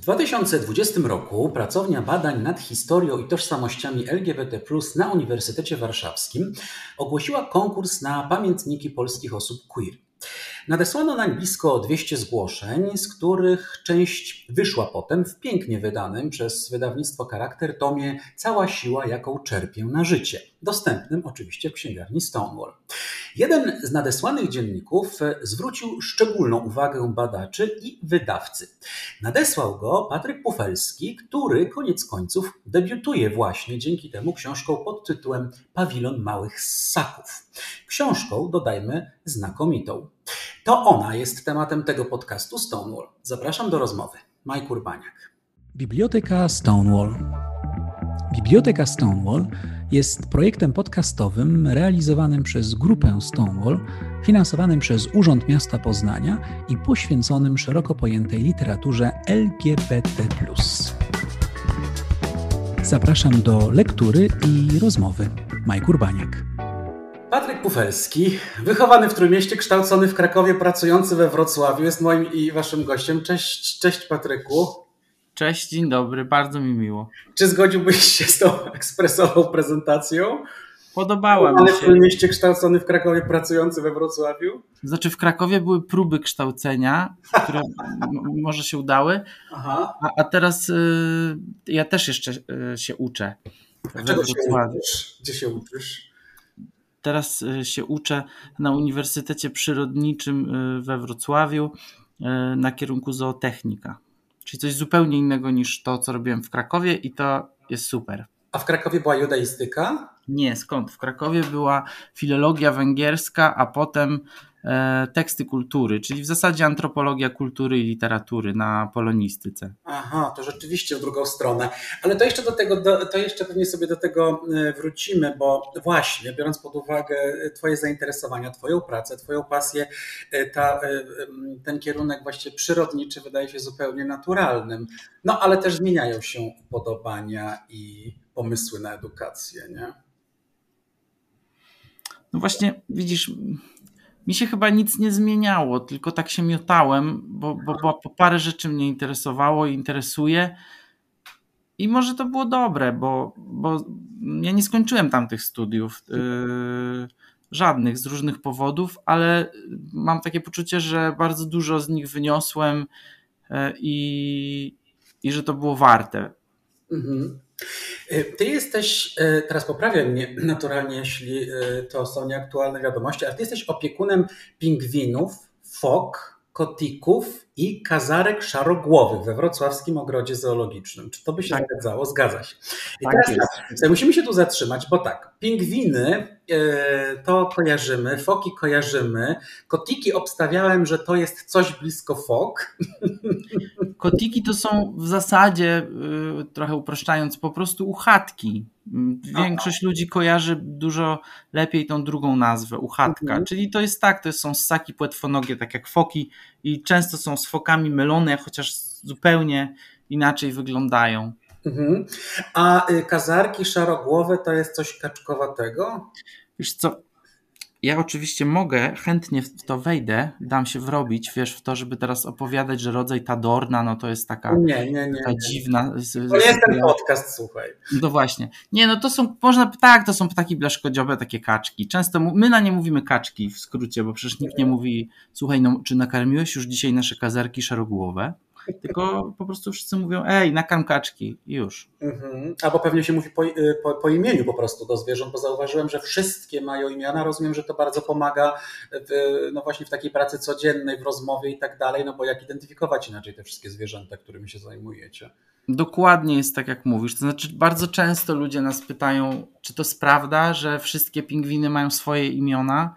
W 2020 roku pracownia badań nad historią i tożsamościami LGBT+ na Uniwersytecie Warszawskim ogłosiła konkurs na pamiętniki polskich osób queer. Nadesłano nań blisko 200 zgłoszeń, z których część wyszła potem w pięknie wydanym przez wydawnictwo Charakter tomie Cała siła, jaką czerpię na życie, dostępnym oczywiście w księgarni Stonewall. Jeden z nadesłanych dzienników zwrócił szczególną uwagę badaczy i wydawcy. Nadesłał go Patryk Pufelski, który koniec końców debiutuje właśnie dzięki temu książką pod tytułem Pawilon małych ssaków. Książką, dodajmy, znakomitą. To ona jest tematem tego podcastu Stonewall. Zapraszam do rozmowy. Mike Urbaniak. Biblioteka Stonewall. Biblioteka Stonewall jest projektem podcastowym realizowanym przez grupę Stonewall, finansowanym przez Urząd Miasta Poznania i poświęconym szeroko pojętej literaturze LGBT+. Zapraszam do lektury i rozmowy. Mike Urbaniak. Patryk Pufelski, wychowany w Trójmieście, kształcony w Krakowie, pracujący we Wrocławiu, jest moim i waszym gościem. Cześć Patryku. Cześć, dzień dobry, bardzo mi miło. Czy zgodziłbyś się z tą ekspresową prezentacją? Podobała mi się. W Trójmieście, kształcony w Krakowie, pracujący we Wrocławiu? Znaczy w Krakowie były próby kształcenia, które może się udały, a teraz ja też jeszcze się uczę. A czego się uczysz? Gdzie się uczysz? Teraz się uczę na Uniwersytecie Przyrodniczym we Wrocławiu na kierunku zootechnika. Czyli coś zupełnie innego niż to, co robiłem w Krakowie i to jest super. A w Krakowie była judaistyka? Nie, skąd? W Krakowie była filologia węgierska, a potem teksty kultury, czyli w zasadzie antropologia kultury i literatury na polonistyce. Aha, to rzeczywiście w drugą stronę. Ale to jeszcze pewnie sobie do tego wrócimy, bo właśnie biorąc pod uwagę twoje zainteresowania, twoją pracę, twoją pasję, ten kierunek właśnie przyrodniczy wydaje się zupełnie naturalnym. No ale też zmieniają się upodobania i pomysły na edukację, nie? No właśnie, widzisz, mi się chyba nic nie zmieniało, tylko tak się miotałem, bo parę rzeczy mnie interesowało i interesuje i może to było dobre, bo ja nie skończyłem tamtych studiów, żadnych z różnych powodów, ale mam takie poczucie, że bardzo dużo z nich wyniosłem i że to było warte. Mhm. Ty jesteś, teraz poprawiam mnie naturalnie, jeśli to są nieaktualne wiadomości, ale ty jesteś opiekunem pingwinów, fok, kotików i kazarek szarogłowych we Wrocławskim Ogrodzie Zoologicznym. Czy to by się zgadzało? Zgadza się. I teraz musimy się tu zatrzymać, bo tak, pingwiny to kojarzymy, foki kojarzymy, kotiki obstawiałem, że to jest coś blisko fok. Kotiki to są w zasadzie, trochę upraszczając, po prostu uchatki. Większość ludzi kojarzy dużo lepiej tą drugą nazwę, uchatka. Czyli to jest tak, to są ssaki płetwonogie, tak jak foki i często są z fokami mylone, chociaż zupełnie inaczej wyglądają. A kazarki szarogłowe to jest coś kaczkowatego? Wiesz co, ja oczywiście mogę, chętnie w to wejdę, dam się wrobić, wiesz, w to, żeby teraz opowiadać, że rodzaj Tadorna, no to jest taka dziwna... To nie jest ten podcast, słuchaj. No właśnie. Nie, no to są, można, tak, to są ptaki blaszkodziobe, takie kaczki. Często my na nie mówimy kaczki w skrócie, bo przecież nikt nie mówi, słuchaj, no czy nakarmiłeś już dzisiaj nasze kazarki szarogłowe? Tylko po prostu wszyscy mówią, nakarm kaczki i już. Albo pewnie się mówi po imieniu po prostu do zwierząt, bo zauważyłem, że wszystkie mają imiona. Rozumiem, że to bardzo pomaga właśnie w takiej pracy codziennej, w rozmowie i tak dalej, no bo jak identyfikować inaczej te wszystkie zwierzęta, którymi się zajmujecie? Dokładnie jest tak, jak mówisz. To znaczy bardzo często ludzie nas pytają, czy to jest prawda, że wszystkie pingwiny mają swoje imiona.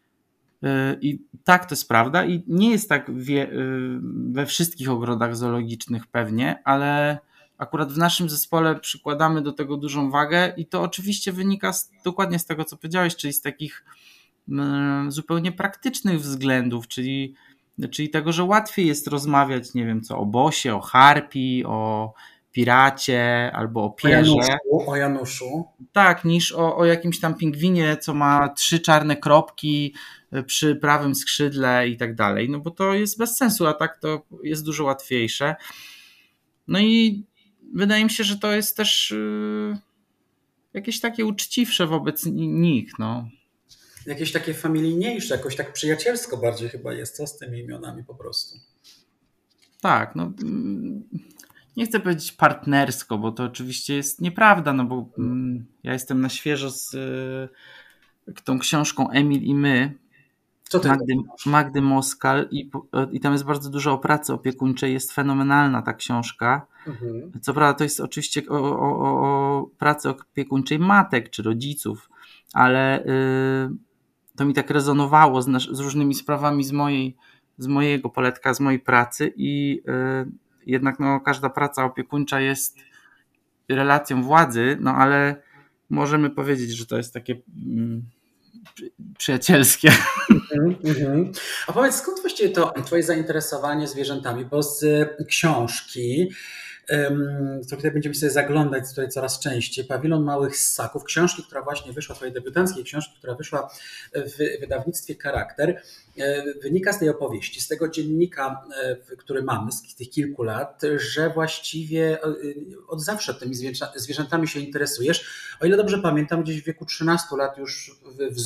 I tak, to jest prawda i nie jest tak we wszystkich ogrodach zoologicznych pewnie, ale akurat w naszym zespole przykładamy do tego dużą wagę i to oczywiście wynika dokładnie z tego, co powiedziałeś, czyli z takich zupełnie praktycznych względów, czyli tego, że łatwiej jest rozmawiać, nie wiem co, o bosie, o harpii, o piracie albo o pierze. O Januszu. Tak, niż o jakimś tam pingwinie, co ma 3 czarne kropki przy prawym skrzydle i tak dalej, no bo to jest bez sensu, a tak to jest dużo łatwiejsze. No i wydaje mi się, że to jest też jakieś takie uczciwsze wobec nich. No. Jakieś takie familijniejsze, jakoś tak przyjacielsko bardziej chyba jest, co z tymi imionami po prostu. Tak, no nie chcę powiedzieć partnersko, bo to oczywiście jest nieprawda, no bo ja jestem na świeżo z tą książką Emil i my, Co ty Magdy Moskal i tam jest bardzo dużo o pracy opiekuńczej, jest fenomenalna ta książka. Co prawda to jest oczywiście o pracy opiekuńczej matek czy rodziców, ale to mi tak rezonowało z różnymi sprawami z mojego poletka, z mojej pracy i jednak no, każda praca opiekuńcza jest relacją władzy, no ale możemy powiedzieć, że to jest takie przyjacielskie. A powiedz, skąd właściwie to twoje zainteresowanie zwierzętami? Bo z książki, w której będziemy sobie zaglądać tutaj coraz częściej, Pawilon Małych Ssaków, książki, która właśnie wyszła, twojej debiutanckiej książki, która wyszła w wydawnictwie Charakter, wynika z tej opowieści, z tego dziennika, który mamy z tych kilku lat, że właściwie od zawsze tymi zwierzętami się interesujesz. O ile dobrze pamiętam, gdzieś w wieku 13 lat już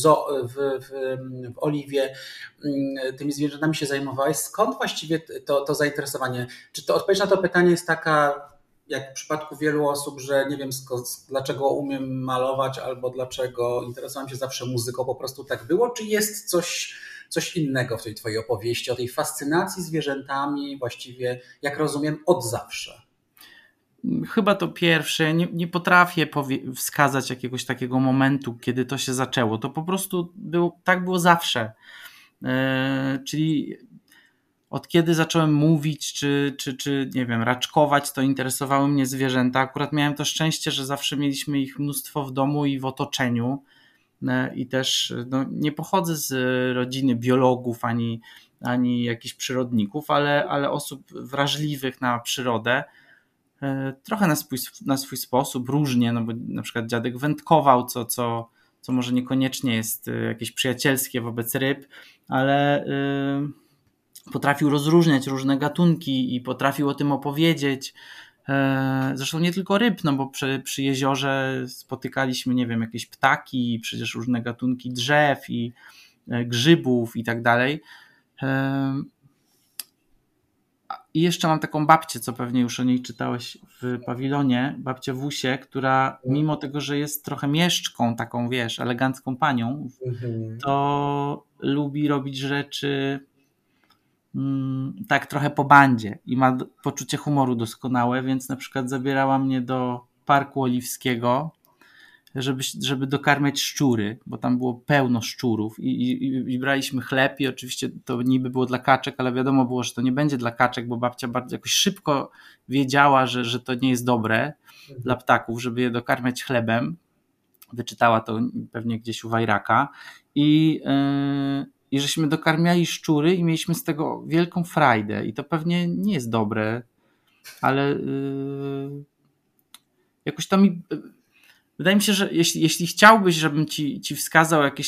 w Oliwie tymi zwierzętami się zajmowałeś. Skąd właściwie to zainteresowanie? Czy to odpowiedź na to pytanie jest taka, jak w przypadku wielu osób, że nie wiem dlaczego umiem malować albo dlaczego interesowałem się zawsze muzyką, po prostu tak było? Czy jest coś innego w tej twojej opowieści, o tej fascynacji zwierzętami właściwie, jak rozumiem, od zawsze? Chyba to pierwsze. Nie potrafię wskazać jakiegoś takiego momentu, kiedy to się zaczęło. To po prostu tak było zawsze. Czyli od kiedy zacząłem mówić, czy nie wiem, raczkować, to interesowały mnie zwierzęta. Akurat miałem to szczęście, że zawsze mieliśmy ich mnóstwo w domu i w otoczeniu. I też no, nie pochodzę z rodziny biologów ani jakichś przyrodników, ale osób wrażliwych na przyrodę. Trochę na swój sposób, różnie, no bo na przykład dziadek wędkował, co może niekoniecznie jest jakieś przyjacielskie wobec ryb, ale potrafił rozróżniać różne gatunki i potrafił o tym opowiedzieć. Zresztą nie tylko ryb, no bo przy jeziorze spotykaliśmy, nie wiem, jakieś ptaki, przecież różne gatunki drzew i grzybów i tak dalej. I jeszcze mam taką babcię, co pewnie już o niej czytałeś w pawilonie, babcię Wusię, która mimo tego, że jest trochę mieszczką, taką wiesz, elegancką panią, to lubi robić rzeczy tak trochę po bandzie i ma poczucie humoru doskonałe, więc na przykład zabierała mnie do Parku Oliwskiego, żeby dokarmiać szczury, bo tam było pełno szczurów i braliśmy chleb i oczywiście to niby było dla kaczek, ale wiadomo było, że to nie będzie dla kaczek, bo babcia bardzo jakoś szybko wiedziała, że to nie jest dobre dla ptaków, żeby je dokarmiać chlebem. Wyczytała to pewnie gdzieś u Wajraka i żeśmy dokarmiali szczury i mieliśmy z tego wielką frajdę i to pewnie nie jest dobre, ale jakoś to mi... Wydaje mi się, że jeśli chciałbyś, żebym ci wskazał jakiś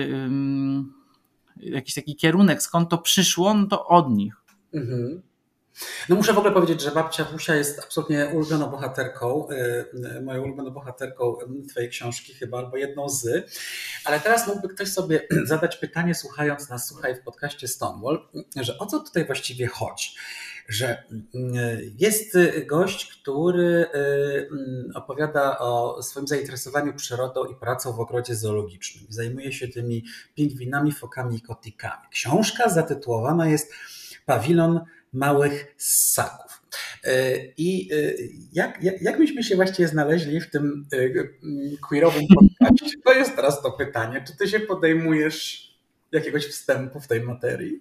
taki kierunek, skąd to przyszło, no to od nich. No muszę w ogóle powiedzieć, że babcia Wusia jest absolutnie ulubioną bohaterką, moją ulubioną bohaterką twojej książki chyba, albo jedną z. Ale teraz mógłby ktoś sobie zadać pytanie, słuchając nas, w podcaście Stonewall, że o co tutaj właściwie chodzi? Że jest gość, który opowiada o swoim zainteresowaniu przyrodą i pracą w ogrodzie zoologicznym. Zajmuje się tymi pingwinami, fokami i kotlikami. Książka zatytułowana jest Pawilon Małych Ssaków. I jak myśmy się właściwie znaleźli w tym queerowym podcaście? To jest teraz to pytanie. Czy ty się podejmujesz jakiegoś wstępu w tej materii?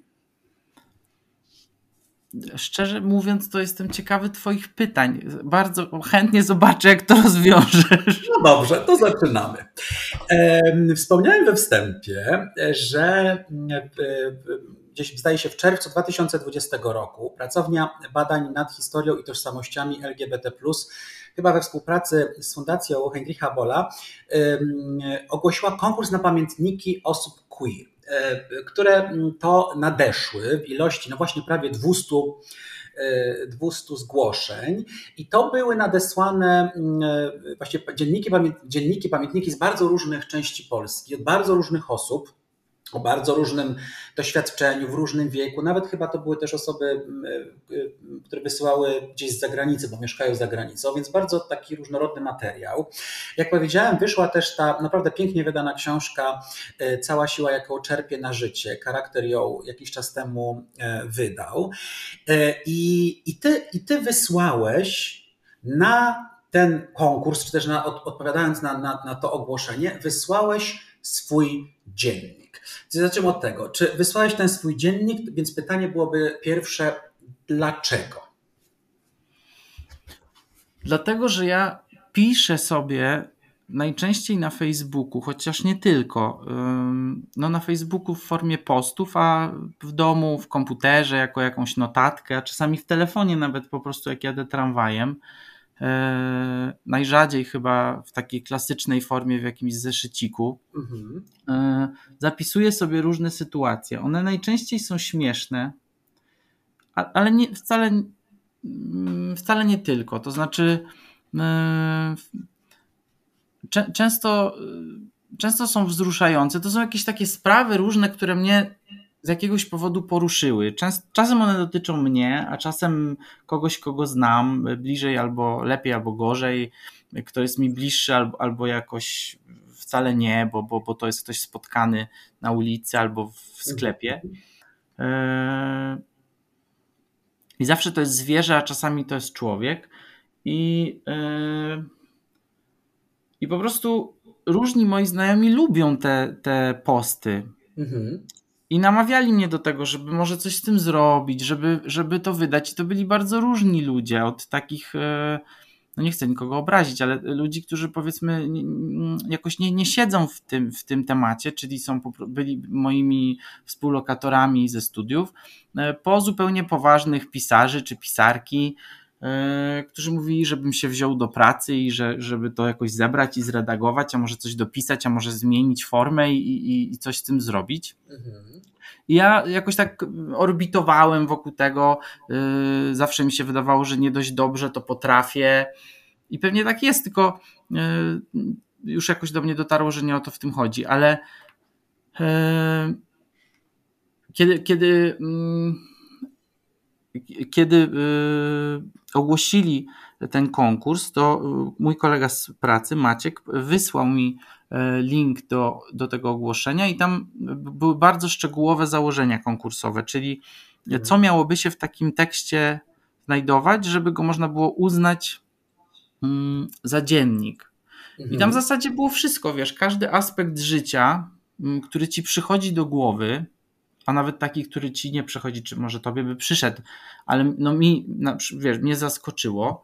Szczerze mówiąc, to jestem ciekawy twoich pytań. Bardzo chętnie zobaczę, jak to rozwiążesz. No dobrze, to zaczynamy. Wspomniałem we wstępie, że gdzieś zdaje się w czerwcu 2020 roku pracownia badań nad historią i tożsamościami LGBT+, chyba we współpracy z Fundacją Heinricha Bolla, ogłosiła konkurs na pamiętniki osób queer, które to nadeszły w ilości no właśnie prawie 200 200 zgłoszeń i to były nadesłane właśnie dzienniki, pamiętniki z bardzo różnych części Polski, od bardzo różnych osób, o bardzo różnym doświadczeniu, w różnym wieku. Nawet chyba to były też osoby, które wysyłały gdzieś z zagranicy, bo mieszkają za granicą, więc bardzo taki różnorodny materiał. Jak powiedziałem, wyszła też ta naprawdę pięknie wydana książka Cała siła, jaką czerpie na życie. Charakter ją jakiś czas temu wydał. I ty wysłałeś na ten konkurs, czy też odpowiadając na to ogłoszenie, wysłałeś swój dziennik. Zacznijmy od tego, czy wysłałeś ten swój dziennik, więc pytanie byłoby pierwsze, dlaczego? Dlatego, że ja piszę sobie najczęściej na Facebooku, chociaż nie tylko, no na Facebooku w formie postów, a w domu, w komputerze jako jakąś notatkę, a czasami w telefonie nawet po prostu jak jadę tramwajem. Najrzadziej chyba w takiej klasycznej formie w jakimś zeszyciku. Zapisuję sobie różne sytuacje. One najczęściej są śmieszne, ale nie, wcale nie tylko. To znaczy często są wzruszające. To są jakieś takie sprawy różne, które mnie z jakiegoś powodu poruszyły. Czasem one dotyczą mnie, a czasem kogoś, kogo znam bliżej albo lepiej, albo gorzej, kto jest mi bliższy albo jakoś wcale nie, bo to jest ktoś spotkany na ulicy albo w sklepie. I zawsze to jest zwierzę, a czasami to jest człowiek. I po prostu różni moi znajomi lubią te posty. I namawiali mnie do tego, żeby może coś z tym zrobić, żeby to wydać. I to byli bardzo różni ludzie, od takich, no nie chcę nikogo obrazić, ale ludzi, którzy powiedzmy jakoś nie siedzą w tym temacie, czyli byli moimi współlokatorami ze studiów, po zupełnie poważnych pisarzy czy pisarki, którzy mówili, żebym się wziął do pracy i żeby to jakoś zebrać i zredagować, a może coś dopisać, a może zmienić formę i coś z tym zrobić. I ja jakoś tak orbitowałem wokół tego, zawsze mi się wydawało, że nie dość dobrze to potrafię i pewnie tak jest, tylko już jakoś do mnie dotarło, że nie o to w tym chodzi, ale kiedy ogłosili ten konkurs, to mój kolega z pracy, Maciek, wysłał mi link do tego ogłoszenia i tam były bardzo szczegółowe założenia konkursowe, czyli co miałoby się w takim tekście znajdować, żeby go można było uznać za dziennik. I tam w zasadzie było wszystko, wiesz, każdy aspekt życia, który ci przychodzi do głowy, a nawet taki, który ci nie przychodzi, czy może tobie by przyszedł, ale no wiesz, mnie zaskoczyło.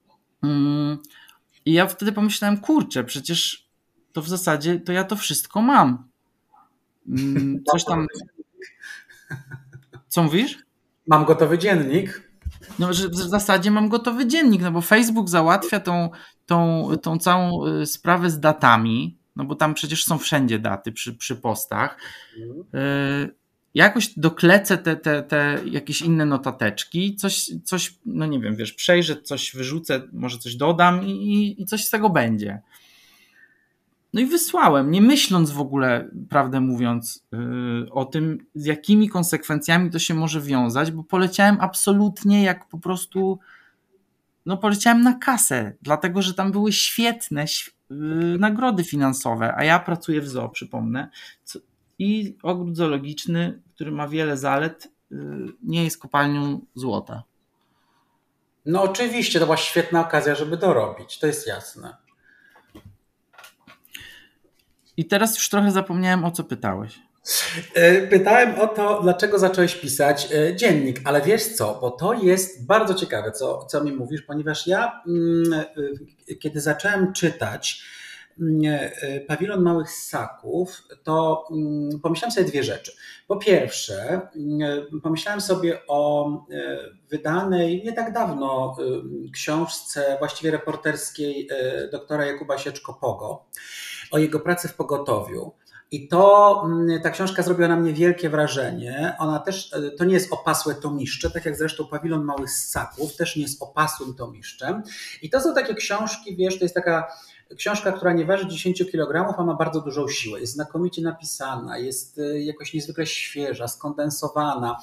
I ja wtedy pomyślałem, kurczę, przecież to w zasadzie to ja to wszystko mam. Coś tam. Co mówisz? Mam gotowy dziennik. No, że w zasadzie mam gotowy dziennik, no bo Facebook załatwia tą całą sprawę z datami, no bo tam przecież są wszędzie daty przy postach. Jakoś doklecę te jakieś inne notateczki, coś, no nie wiem, wiesz, przejrzę, coś wyrzucę, może coś dodam i coś z tego będzie. No i wysłałem, nie myśląc w ogóle, prawdę mówiąc, o tym, z jakimi konsekwencjami to się może wiązać, bo poleciałem absolutnie jak po prostu, no poleciałem na kasę, dlatego, że tam były świetne nagrody finansowe, a ja pracuję w zoo, przypomnę, i ogród zoologiczny, który ma wiele zalet, nie jest kopalnią złota. No oczywiście, to była świetna okazja, żeby to robić, to jest jasne. I teraz już trochę zapomniałem, o co pytałeś. Pytałem o to, dlaczego zacząłeś pisać dziennik, ale wiesz co, bo to jest bardzo ciekawe, co mi mówisz, ponieważ ja, kiedy zacząłem czytać Pawilon Małych Ssaków, to pomyślałem sobie dwie rzeczy. Po pierwsze, pomyślałem sobie o wydanej nie tak dawno książce, właściwie reporterskiej doktora Jakuba Sieczko-Pogo, o jego pracy w pogotowiu. I ta książka zrobiła na mnie wielkie wrażenie. Ona też, to nie jest opasłe tomiszcze, tak jak zresztą Pawilon Małych Ssaków, też nie jest opasłym tomiszczem. I to są takie książki, wiesz, to jest taka książka, która nie waży 10 kg, a ma bardzo dużą siłę. Jest znakomicie napisana, jest jakoś niezwykle świeża, skondensowana.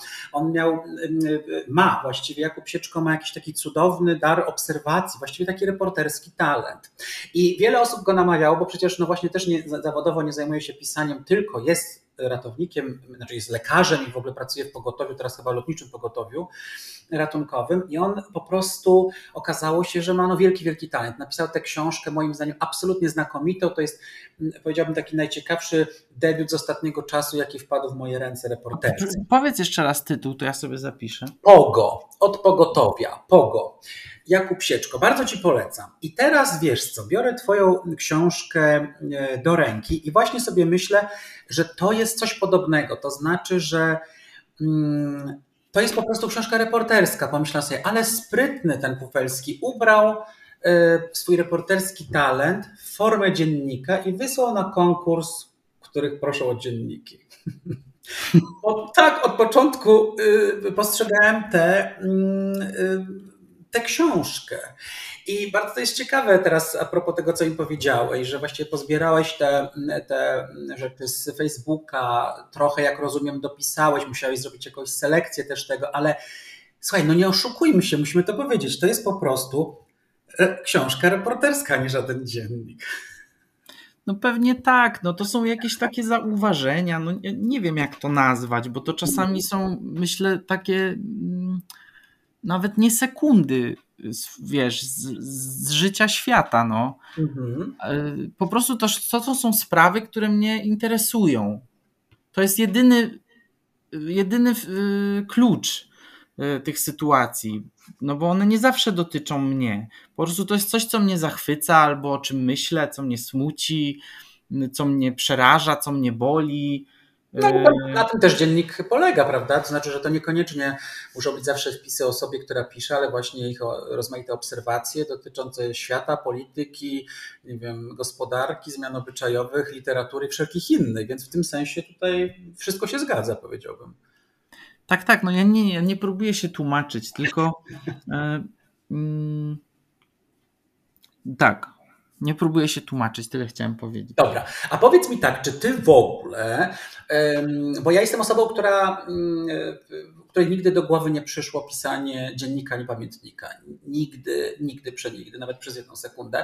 Ma właściwie, Jakub Sieczko ma jakiś taki cudowny dar obserwacji, właściwie taki reporterski talent. I wiele osób go namawiało, bo przecież no właśnie też zawodowo nie zajmuje się pisaniem, tylko jest ratownikiem, znaczy jest lekarzem i w ogóle pracuje w pogotowiu, teraz chyba lotniczym pogotowiu ratunkowym i on po prostu okazało się, że ma wielki talent. Napisał tę książkę moim zdaniem absolutnie znakomitą. To jest, powiedziałbym, taki najciekawszy debiut z ostatniego czasu, jaki wpadł w moje ręce reporterskie. Powiedz jeszcze raz tytuł, to ja sobie zapiszę. Pogo, od pogotowia, Pogo. Jakub Sieczko, bardzo Ci polecam. I teraz wiesz co, biorę Twoją książkę do ręki i właśnie sobie myślę, że to jest coś podobnego. To znaczy, że to jest po prostu książka reporterska. Pomyślałem sobie, ale sprytny ten Puffelski ubrał swój reporterski talent w formę dziennika i wysłał na konkurs, których proszą o dzienniki. Bo tak od początku postrzegałem tę książkę. I bardzo to jest ciekawe teraz a propos tego, co im powiedziałeś, że właściwie pozbierałeś te rzeczy z Facebooka, trochę jak rozumiem dopisałeś, musiałeś zrobić jakąś selekcję też tego, ale słuchaj, no nie oszukujmy się, musimy to powiedzieć, to jest po prostu książka reporterska, nie żaden dziennik. No pewnie tak, no to są jakieś takie zauważenia, no nie wiem jak to nazwać, bo to czasami są, myślę, takie nawet nie sekundy, wiesz, z życia świata, no. Mhm. Po prostu to są sprawy, które mnie interesują. To jest jedyny klucz tych sytuacji, no bo one nie zawsze dotyczą mnie. Po prostu to jest coś, co mnie zachwyca, albo o czym myślę, co mnie smuci, co mnie przeraża, co mnie boli. No, na tym też dziennik polega, prawda? To znaczy, że to niekoniecznie muszą być zawsze wpisy o osobie, która pisze, ale właśnie ich rozmaite obserwacje dotyczące świata, polityki, nie wiem, gospodarki, zmian obyczajowych, literatury, wszelkich innych. Więc w tym sensie tutaj wszystko się zgadza, powiedziałbym. Tak, no ja nie próbuję się tłumaczyć, tylko tak, nie próbuję się tłumaczyć, tyle chciałem powiedzieć. Dobra, a powiedz mi tak, czy ty w ogóle, bo ja jestem osobą, której nigdy do głowy nie przyszło pisanie dziennika ani pamiętnika. Nigdy, przenigdy, nawet przez jedną sekundę.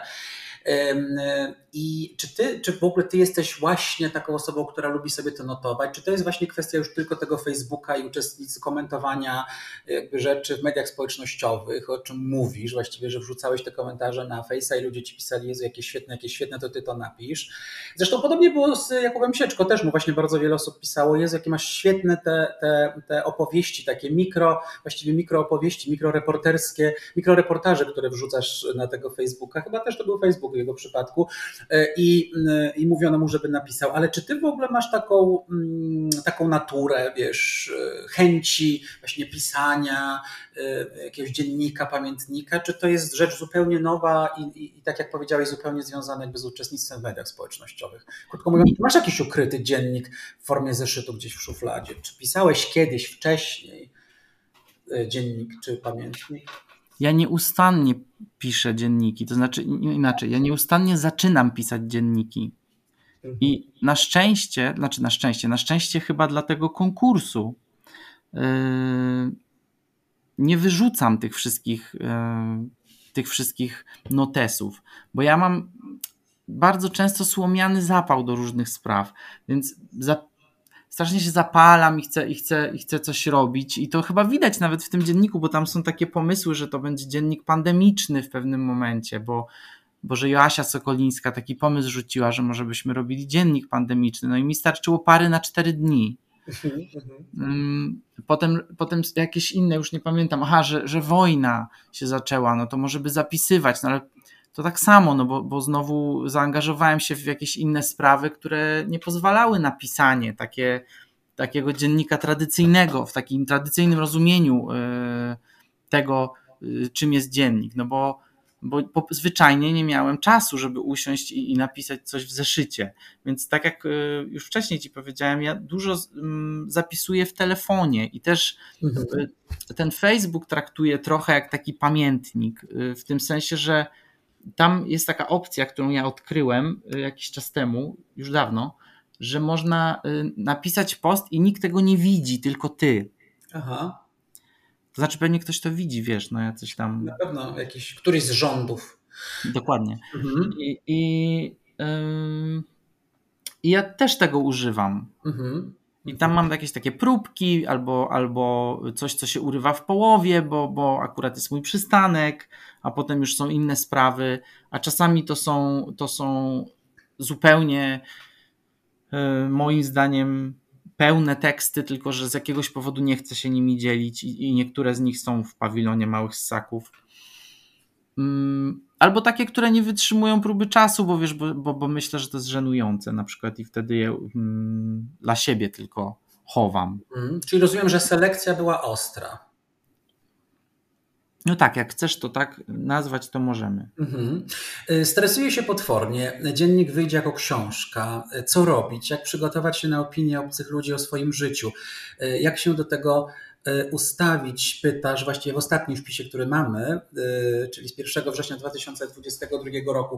I czy w ogóle ty jesteś właśnie taką osobą, która lubi sobie to notować? Czy to jest właśnie kwestia już tylko tego Facebooka i komentowania jakby rzeczy w mediach społecznościowych, o czym mówisz właściwie, że wrzucałeś te komentarze na Face'a i ludzie ci pisali, Jezu, jakieś świetne, to ty to napisz. Zresztą podobnie było z Jakubem Sieczko, też mu właśnie bardzo wiele osób pisało, Jezu, jakie masz świetne te opowieści, takie mikroopowieści, mikroreportaże, które wrzucasz na tego Facebooka. Chyba też to był Facebook w jego przypadku i mówiono mu, żeby napisał, ale czy ty w ogóle masz taką naturę, wiesz, chęci właśnie pisania jakiegoś dziennika, pamiętnika, czy to jest rzecz zupełnie nowa i tak jak powiedziałeś, zupełnie związana jakby z uczestnictwem w mediach społecznościowych? Krótko mówiąc, masz jakiś ukryty dziennik w formie zeszytu gdzieś w szufladzie? Czy pisałeś kiedyś, wcześniej dziennik czy pamiętnik? Ja nieustannie piszę dzienniki, to znaczy inaczej, ja nieustannie zaczynam pisać dzienniki i na szczęście chyba dla tego konkursu nie wyrzucam tych wszystkich notesów, bo ja mam bardzo często słomiany zapał do różnych spraw, więc strasznie się zapalam i chcę coś robić i to chyba widać nawet w tym dzienniku, bo tam są takie pomysły, że to będzie dziennik pandemiczny w pewnym momencie, bo że Joasia Sokolińska taki pomysł rzuciła, że może byśmy robili dziennik pandemiczny, no i mi starczyło pary na 4 dni. Potem jakieś inne, już nie pamiętam, że wojna się zaczęła, no to może by zapisywać, no ale to tak samo, no bo znowu zaangażowałem się w jakieś inne sprawy, które nie pozwalały na pisanie takiego dziennika tradycyjnego, w takim tradycyjnym rozumieniu tego, czym jest dziennik, no bo bo zwyczajnie nie miałem czasu, żeby usiąść i napisać coś w zeszycie. Więc tak jak już wcześniej ci powiedziałem, ja dużo zapisuję w telefonie i też ten Facebook traktuję trochę jak taki pamiętnik, w tym sensie, że tam jest taka opcja, którą ja odkryłem jakiś czas temu, już dawno, że można napisać post i nikt tego nie widzi, tylko ty. Aha. To znaczy pewnie ktoś to widzi, wiesz, no jacyś tam... Na pewno któryś z rządów. Dokładnie. I ja też tego używam. I tam mam jakieś takie próbki albo coś, co się urywa w połowie, bo akurat jest mój przystanek, a potem już są inne sprawy, a czasami to są zupełnie moim zdaniem pełne teksty, tylko że z jakiegoś powodu nie chcę się nimi dzielić i niektóre z nich są w pawilonie małych ssaków. Albo takie, które nie wytrzymują próby czasu, bo wiesz, bo myślę, że to jest żenujące na przykład i wtedy je dla siebie tylko chowam. Czyli rozumiem, że selekcja była ostra. No tak, jak chcesz to tak nazwać, to możemy. Stresuję się potwornie. Dziennik wyjdzie jako książka. Co robić? Jak przygotować się na opinię obcych ludzi o swoim życiu? Jak się do tego ustawić? Pytasz właściwie w ostatnim wpisie, który mamy, czyli z 1 września 2022 roku.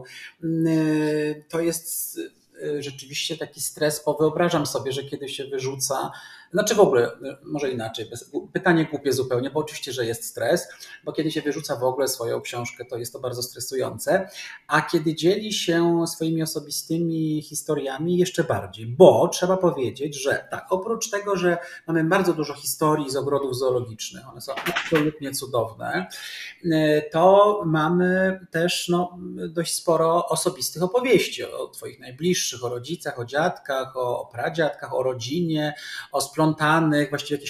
To jest rzeczywiście taki stres, bo wyobrażam sobie, że kiedy się wyrzuca, znaczy w ogóle, może inaczej, pytanie głupie zupełnie, bo oczywiście, że jest stres, bo kiedy się wyrzuca w ogóle swoją książkę, to jest to bardzo stresujące, a kiedy dzieli się swoimi osobistymi historiami jeszcze bardziej, bo trzeba powiedzieć, że tak, oprócz tego, że mamy bardzo dużo historii z ogrodów zoologicznych, one są absolutnie cudowne, to mamy też dość sporo osobistych opowieści o twoich najbliższych, o rodzicach, o dziadkach, o pradziadkach, o rodzinie, o splątanych, właściwie jakichś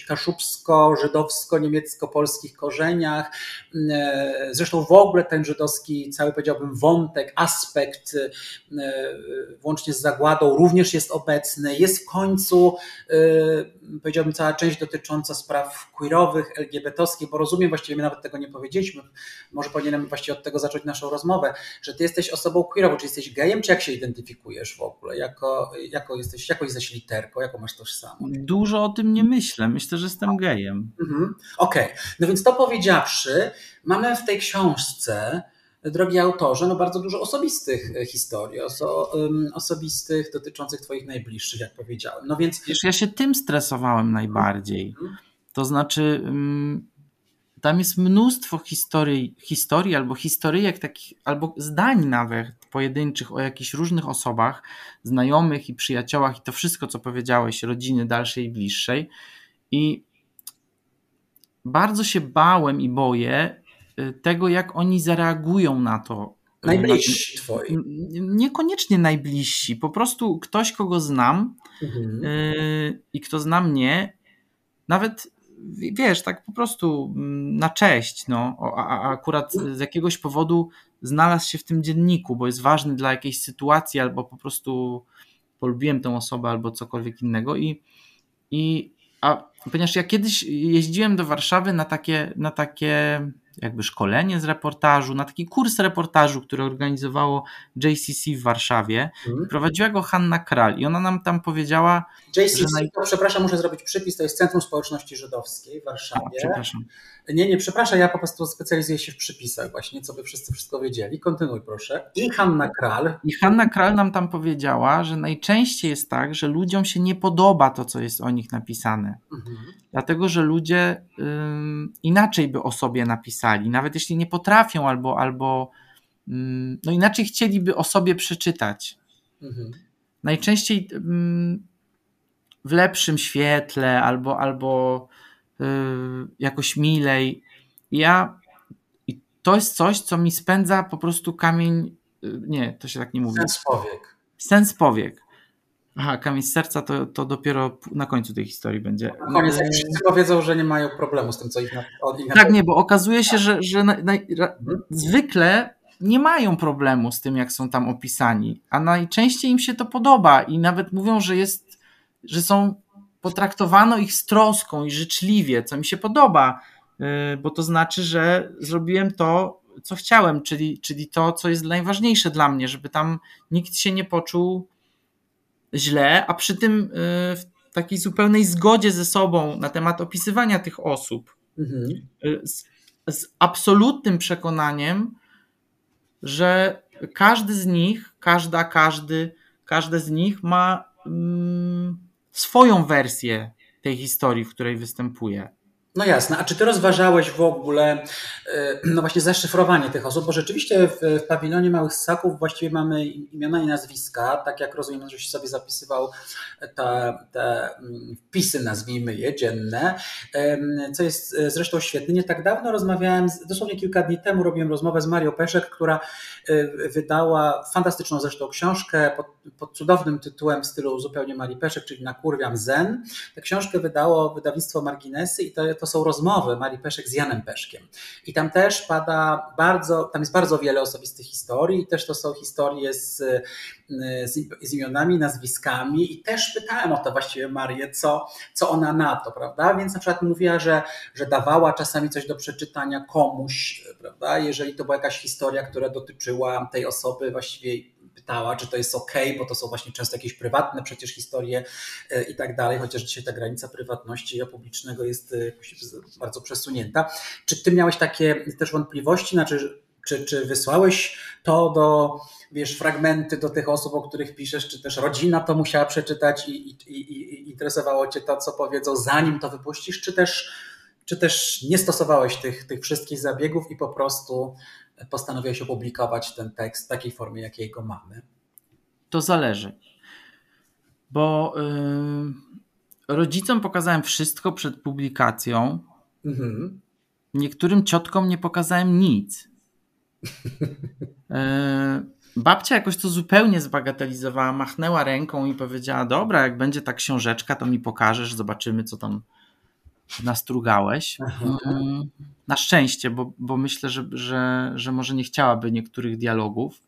kaszubsko-żydowsko-niemiecko-polskich korzeniach. Zresztą w ogóle ten żydowski, cały powiedziałbym wątek, aspekt, włącznie z zagładą, również jest obecny. Jest w końcu, powiedziałbym, cała część dotycząca spraw queerowych, LGBT-owskich, bo rozumiem, właściwie my nawet tego nie powiedzieliśmy, może powinienem właściwie od tego zacząć naszą rozmowę, że ty jesteś osobą queerową, czy jesteś gejem, czy jak się identyfikujesz w ogóle? Jaką jesteś literką, jaką masz tożsamość? Dużo o tym nie myślę. Myślę, że jestem gejem. Okej. No więc to powiedziawszy, mamy w tej książce, drogi autorze, bardzo dużo osobistych historii, osobistych dotyczących twoich najbliższych, jak powiedziałem. No więc... Wiesz, ja się tym stresowałem najbardziej. To znaczy tam jest mnóstwo historii albo historyjek takich, albo zdań nawet pojedynczych o jakichś różnych osobach, znajomych i przyjaciołach i to wszystko, co powiedziałeś, rodziny dalszej i bliższej. I bardzo się bałem i boję tego, jak oni zareagują na to. Najbliżsi twoi. Niekoniecznie najbliżsi, po prostu ktoś, kogo znam i kto zna mnie, nawet wiesz, tak po prostu na cześć, a akurat z jakiegoś powodu znalazł się w tym dzienniku, bo jest ważny dla jakiejś sytuacji, albo po prostu polubiłem tę osobę, albo cokolwiek innego a ponieważ ja kiedyś jeździłem do Warszawy na takie jakby szkolenie z reportażu, na taki kurs reportażu, który organizowało JCC w Warszawie. Prowadziła go Hanna Kral i ona nam tam powiedziała... JCC, to przepraszam, muszę zrobić przypis, to jest Centrum Społeczności Żydowskiej w Warszawie. Przepraszam. Nie, przepraszam, ja po prostu specjalizuję się w przypisach właśnie, co by wszyscy wszystko wiedzieli. Kontynuuj proszę. I Hanna Kral nam tam powiedziała, że najczęściej jest tak, że ludziom się nie podoba to, co jest o nich napisane. Dlatego, że ludzie inaczej by o sobie napisali, nawet jeśli nie potrafią albo inaczej chcieliby o sobie przeczytać. Najczęściej w lepszym świetle albo jakoś milej. I to jest coś, co mi spędza po prostu kamień, nie, to się tak nie mówi. Sens powiek. Aha, kamień z serca to dopiero na końcu tej historii będzie. Na koniec, jak wszyscy powiedzą, że nie mają problemu z tym, co ich Tak, nie, bo okazuje się, że zwykle nie mają problemu z tym, jak są tam opisani, a najczęściej im się to podoba i nawet mówią, że potraktowano ich z troską i życzliwie, co mi się podoba, bo to znaczy, że zrobiłem to co chciałem, czyli to, co jest najważniejsze dla mnie, żeby tam nikt się nie poczuł źle, a przy tym w takiej zupełnej zgodzie ze sobą na temat opisywania tych osób, z absolutnym przekonaniem, że każdy z nich, każde z nich ma swoją wersję tej historii, w której występuje. No jasne. A czy ty rozważałeś w ogóle no właśnie zaszyfrowanie tych osób? Bo rzeczywiście w pawilonie Małych Ssaków właściwie mamy imiona i nazwiska, tak jak rozumiem, żeś sobie zapisywał te wpisy, nazwijmy je, dzienne, co jest zresztą świetne. Nie tak dawno rozmawiałem, dosłownie kilka dni temu robiłem rozmowę z Marią Peszek, która wydała fantastyczną zresztą książkę pod cudownym tytułem w stylu zupełnie Marii Peszek, czyli Nakurwiam Zen. Tę książkę wydało wydawnictwo Marginesy i to są rozmowy Marii Peszek z Janem Peszkiem. I tam też tam jest bardzo wiele osobistych historii i też to są historie z imionami, nazwiskami i też pytałem o to właściwie Marię, co ona na to, prawda? Więc na przykład mówiła, że dawała czasami coś do przeczytania komuś, prawda? Jeżeli to była jakaś historia, która dotyczyła tej osoby, właściwie pytała, czy to jest okej, bo to są właśnie często jakieś prywatne przecież historie i tak dalej, chociaż dzisiaj ta granica prywatności i publicznego jest bardzo przesunięta. Czy ty miałeś takie też wątpliwości, znaczy czy wysłałeś to fragmenty do tych osób, o których piszesz, czy też rodzina to musiała przeczytać i interesowało cię to, co powiedzą, zanim to wypuścisz, czy też nie stosowałeś tych wszystkich zabiegów i po prostu postanowiłeś opublikować ten tekst w takiej formie, jakiej go mamy? To zależy, bo rodzicom pokazałem wszystko przed publikacją. Niektórym ciotkom nie pokazałem nic. Babcia jakoś to zupełnie zbagatelizowała, machnęła ręką i powiedziała: dobra, jak będzie ta książeczka, to mi pokażesz, zobaczymy, co tam nastrugałeś. Na szczęście, bo myślę, że może nie chciałaby niektórych dialogów.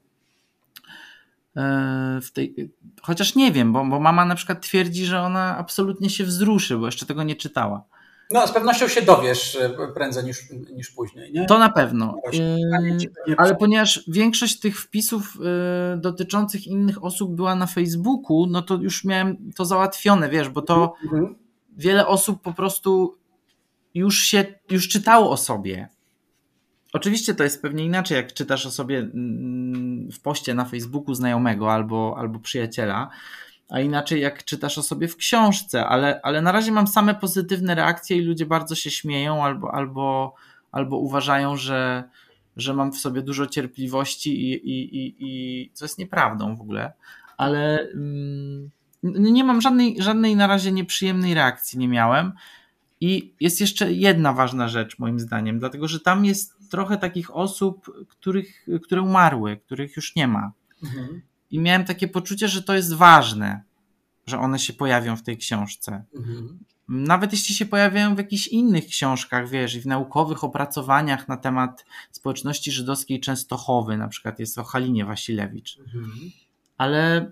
Chociaż nie wiem, bo mama na przykład twierdzi, że ona absolutnie się wzruszy, bo jeszcze tego nie czytała. No, z pewnością się dowiesz prędzej niż później, nie? To na pewno. Ale ponieważ większość tych wpisów dotyczących innych osób była na Facebooku, no to już miałem to załatwione, wiesz, bo to wiele osób po prostu już czytało o sobie. Oczywiście to jest pewnie inaczej, jak czytasz o sobie w poście na Facebooku znajomego albo przyjaciela, a inaczej jak czytasz o sobie w książce, ale na razie mam same pozytywne reakcje i ludzie bardzo się śmieją albo uważają, że mam w sobie dużo cierpliwości i co jest nieprawdą w ogóle, ale nie mam żadnej na razie nieprzyjemnej reakcji, nie miałem. I jest jeszcze jedna ważna rzecz moim zdaniem, dlatego że tam jest trochę takich osób, które umarły, których już nie ma. I miałem takie poczucie, że to jest ważne, że one się pojawią w tej książce. Nawet jeśli się pojawiają w jakichś innych książkach, wiesz, i w naukowych opracowaniach na temat społeczności żydowskiej Częstochowy, na przykład jest o Halinie Wasilewicz. Ale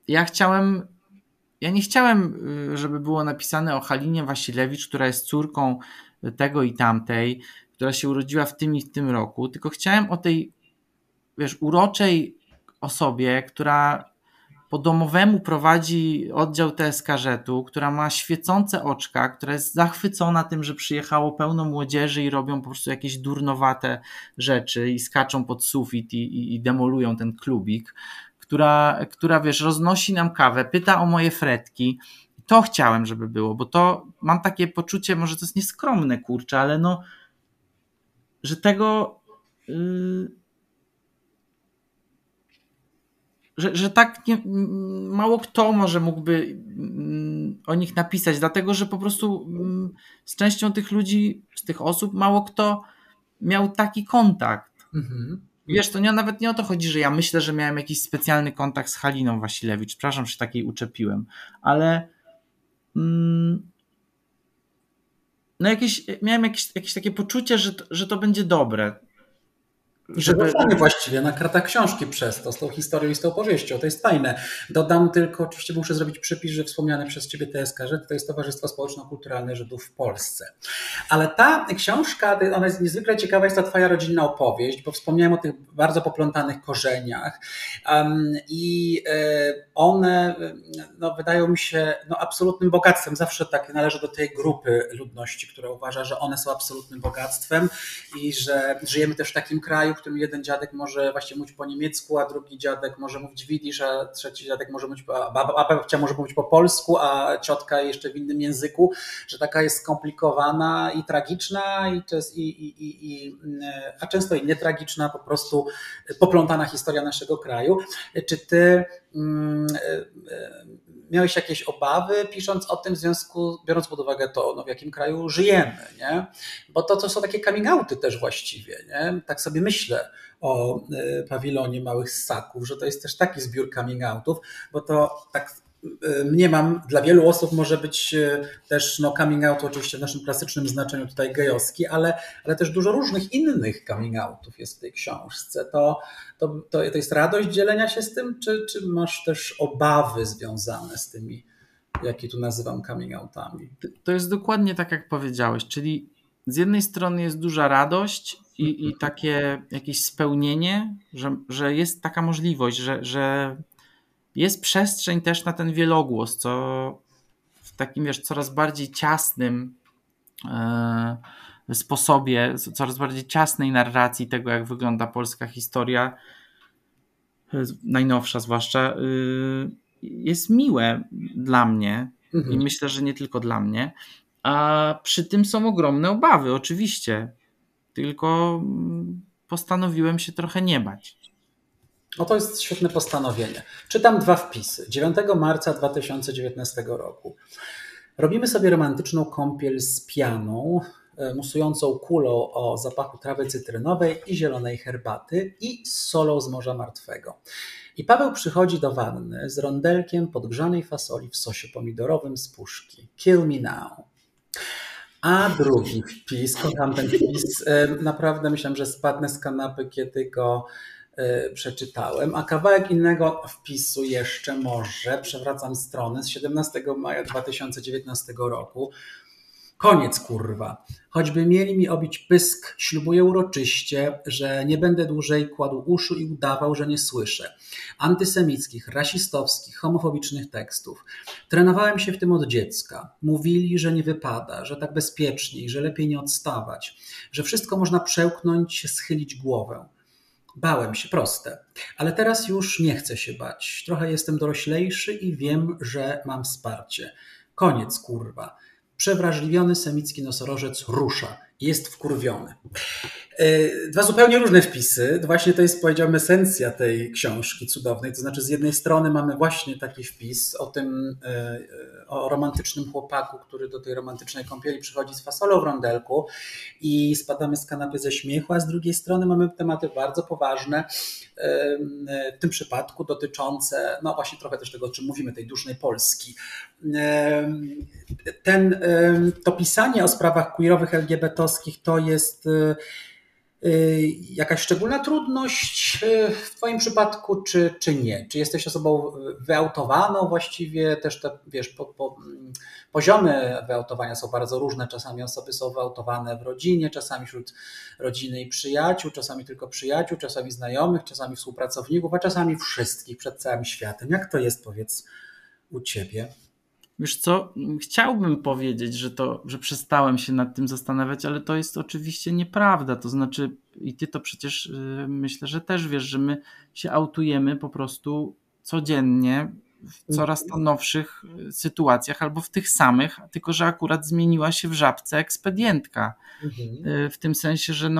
ja nie chciałem, żeby było napisane o Halinie Wasilewicz, która jest córką tego i tamtej, która się urodziła w tym i w tym roku, tylko chciałem o tej, wiesz, uroczej osobie, która po domowemu prowadzi oddział TSKŻ-u, która ma świecące oczka, która jest zachwycona tym, że przyjechało pełno młodzieży i robią po prostu jakieś durnowate rzeczy i skaczą pod sufit i demolują ten klubik, która wiesz, roznosi nam kawę, pyta o moje fretki. To chciałem, żeby było, bo to mam takie poczucie, może to jest nieskromne, kurczę, ale no, że tego że tak mało kto może mógłby o nich napisać, dlatego że po prostu z częścią tych ludzi, z tych osób mało kto miał taki kontakt. Wiesz, to nawet nie o to chodzi, że ja myślę, że miałem jakiś specjalny kontakt z Haliną Wasilewicz. Przepraszam, że takiej uczepiłem, ale no miałem jakieś takie poczucie, że to będzie dobre. I przepraszamy właściwie na kartach książki przez to, z tą historią i z tą powieścią. To jest fajne. Dodam tylko, oczywiście muszę zrobić przypis, że wspomniane przez Ciebie TSK Żyd to jest Towarzystwo Społeczno-Kulturalne Żydów w Polsce. Ale ta książka, ona jest niezwykle ciekawa, jest to Twoja rodzinna opowieść, bo wspomniałem o tych bardzo poplątanych korzeniach i one wydają mi się absolutnym bogactwem. Zawsze tak należy do tej grupy ludności, która uważa, że one są absolutnym bogactwem i że żyjemy też w takim kraju, w którym jeden dziadek może właśnie mówić po niemiecku, a drugi dziadek może mówić widzisz, a trzeci dziadek może mówić, a babcia może mówić po polsku, a ciotka jeszcze w innym języku, że taka jest skomplikowana i tragiczna, a często i nietragiczna, po prostu poplątana historia naszego kraju. Czy ty miałeś jakieś obawy, pisząc o tym, w związku, biorąc pod uwagę to, w jakim kraju żyjemy, nie? Bo to są takie coming outy też właściwie, nie? Tak sobie myślę o pawilonie Małych Ssaków, że to jest też taki zbiór coming outów, bo to tak mniemam, dla wielu osób może być też coming out oczywiście w naszym klasycznym znaczeniu tutaj gejowski, ale też dużo różnych innych coming outów jest w tej książce. To jest radość dzielenia się z tym, czy masz też obawy związane z tymi, jakie tu nazywam coming outami? To jest dokładnie tak, jak powiedziałeś, czyli z jednej strony jest duża radość i takie jakieś spełnienie, że jest taka możliwość, że jest przestrzeń też na ten wielogłos, co w takim coraz bardziej ciasnym sposobie, coraz bardziej ciasnej narracji tego, jak wygląda polska historia, najnowsza zwłaszcza, jest miłe dla mnie i myślę, że nie tylko dla mnie, a przy tym są ogromne obawy, oczywiście, tylko postanowiłem się trochę nie bać. To jest świetne postanowienie. Czytam 2 wpisy. 9 marca 2019 roku. Robimy sobie romantyczną kąpiel z pianą, musującą kulą o zapachu trawy cytrynowej i zielonej herbaty i z solą z Morza Martwego. I Paweł przychodzi do wanny z rondelkiem podgrzanej fasoli w sosie pomidorowym z puszki. Kill me now. A drugi wpis, kocham ten wpis, naprawdę myślałem, że spadnę z kanapy, kiedy go przeczytałem, a kawałek innego wpisu jeszcze może, przewracam stronę, z 17 maja 2019 roku. Koniec, kurwa. Choćby mieli mi obić pysk, ślubuję uroczyście, że nie będę dłużej kładł uszu i udawał, że nie słyszę antysemickich, rasistowskich, homofobicznych tekstów. Trenowałem się w tym od dziecka. Mówili, że nie wypada, że tak bezpieczniej, że lepiej nie odstawać, że wszystko można przełknąć, schylić głowę. Bałem się, proste. Ale teraz już nie chcę się bać. Trochę jestem doroślejszy i wiem, że mam wsparcie. Koniec, kurwa. Przewrażliwiony semicki nosorożec rusza. Jest wkurwiony. 2 zupełnie różne wpisy. Właśnie to jest, powiedziałbym, esencja tej książki cudownej. To znaczy z jednej strony mamy właśnie taki wpis o romantycznym chłopaku, który do tej romantycznej kąpieli przychodzi z fasolą w rondelku i spadamy z kanapy ze śmiechu, a z drugiej strony mamy tematy bardzo poważne, w tym przypadku dotyczące, właśnie trochę też tego, o czym mówimy, tej dusznej Polski. To pisanie o sprawach queerowych, LGBT-owskich to jest jakaś szczególna trudność w Twoim przypadku, czy nie? Czy jesteś osobą wyautowaną właściwie? Też te, poziomy wyautowania są bardzo różne. Czasami osoby są wyautowane w rodzinie, czasami wśród rodziny i przyjaciół, czasami tylko przyjaciół, czasami znajomych, czasami współpracowników, a czasami wszystkich przed całym światem. Jak to jest, powiedz, u Ciebie? Wiesz co, chciałbym powiedzieć, że przestałem się nad tym zastanawiać, ale to jest oczywiście nieprawda. To znaczy, i ty to przecież myślę, że też wiesz, że my się autujemy po prostu codziennie w coraz to nowszych sytuacjach albo w tych samych, tylko że akurat zmieniła się w żabce ekspedientka. W tym sensie, że